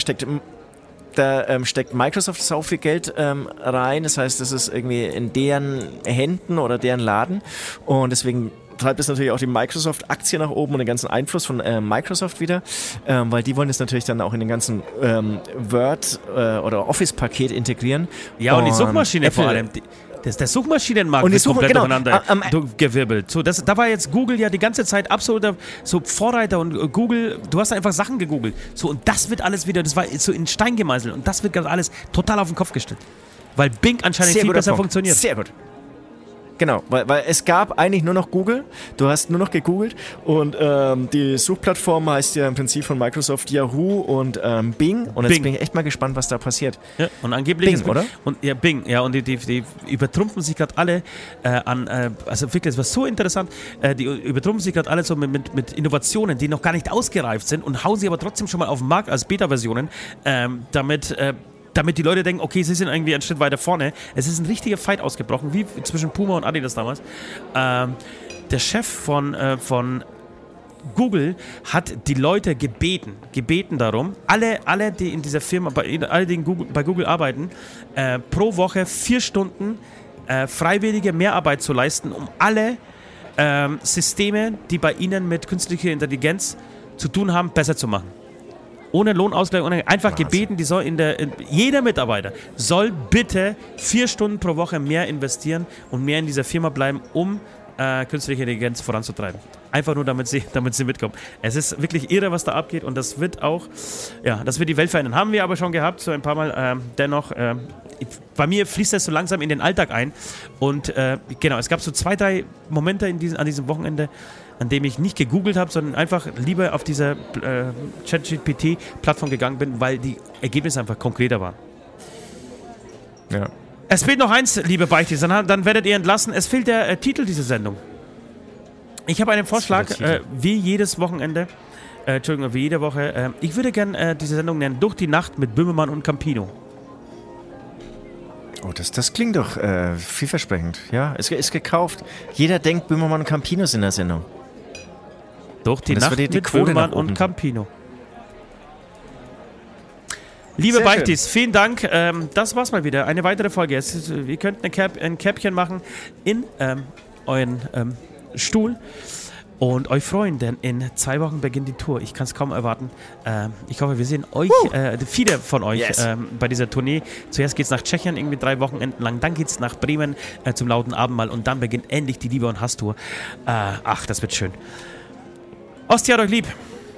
da steckt Microsoft sau viel Geld rein. Das heißt, das ist irgendwie in deren Händen oder deren Laden. Und deswegen treibt es natürlich auch die Microsoft-Aktie nach oben und den ganzen Einfluss von Microsoft wieder, weil die wollen das natürlich dann auch in den ganzen Word- oder Office-Paket integrieren. Ja, und die Suchmaschine vor allem. Der Suchmaschinenmarkt und ist komplett durcheinander gewirbelt. So, da war jetzt Google ja die ganze Zeit absoluter so Vorreiter und Google, du hast einfach Sachen gegoogelt. So, und das wird alles wieder, das war so in Stein gemeißelt und das wird gerade alles total auf den Kopf gestellt. Weil Bing anscheinend viel besser funktioniert. Sehr gut. Genau, weil es gab eigentlich nur noch Google, du hast nur noch gegoogelt und die Suchplattform heißt ja im Prinzip von Microsoft Yahoo und Bing und jetzt bin ich echt mal gespannt, was da passiert. Ja, und angeblich Bing, oder? Und, ja, Bing, ja, und die übertrumpfen sich gerade alle also wirklich, das war so interessant, die übertrumpfen sich gerade alle so mit Innovationen, die noch gar nicht ausgereift sind und hauen sie aber trotzdem schon mal auf den Markt als Beta-Versionen, damit die Leute denken, okay, sie sind irgendwie einen Schritt weiter vorne. Es ist ein richtiger Fight ausgebrochen, wie zwischen Puma und Adidas damals. Der Chef von Google hat die Leute gebeten darum, alle, die in dieser Firma, alle, die bei Google arbeiten, pro Woche 4 Stunden freiwillige Mehrarbeit zu leisten, um alle Systeme, die bei ihnen mit künstlicher Intelligenz zu tun haben, besser zu machen. Ohne Lohnausgleich, einfach gebeten, jeder Mitarbeiter soll bitte 4 Stunden pro Woche mehr investieren und mehr in dieser Firma bleiben, um künstliche Intelligenz voranzutreiben. Einfach nur, damit sie mitkommen. Es ist wirklich irre, was da abgeht und das wird auch, das wird die Welt verändern. Haben wir aber schon gehabt, so ein paar Mal. Dennoch, bei mir fließt das so langsam in den Alltag ein und genau, es gab so 2, 3 Momente an diesem Wochenende, an dem ich nicht gegoogelt habe, sondern einfach lieber auf dieser ChatGPT-Plattform gegangen bin, weil die Ergebnisse einfach konkreter waren. Ja. Es fehlt noch eins, liebe Beichtis, dann werdet ihr entlassen. Es fehlt der Titel dieser Sendung. Ich habe einen Vorschlag, wie jedes Wochenende, wie jede Woche. Ich würde gerne diese Sendung nennen, Durch die Nacht mit Böhmermann und Campino. Oh, das klingt doch vielversprechend. Ja, ist gekauft. Jeder denkt, Böhmermann und Campino sind in der Sendung. Durch die Nacht mit Böhmermann und Campino. Liebe Beichtis, vielen Dank. Das war's mal wieder. Eine weitere Folge. Ihr könnt ein Käppchen machen in euren Stuhl und euch freuen, denn in 2 Wochen beginnt die Tour. Ich kann es kaum erwarten. Ich hoffe, wir sehen euch, viele von euch bei dieser Tournee. Zuerst geht es nach Tschechien, irgendwie 3 Wochenenden lang. Dann geht es nach Bremen zum Lauten Abendmahl und dann beginnt endlich die Liebe- und Hasstour. Das wird schön. Osti hat euch lieb.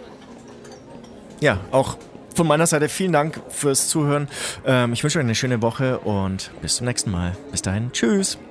Ja, auch von meiner Seite vielen Dank fürs Zuhören. Ich wünsche euch eine schöne Woche und bis zum nächsten Mal. Bis dahin, tschüss.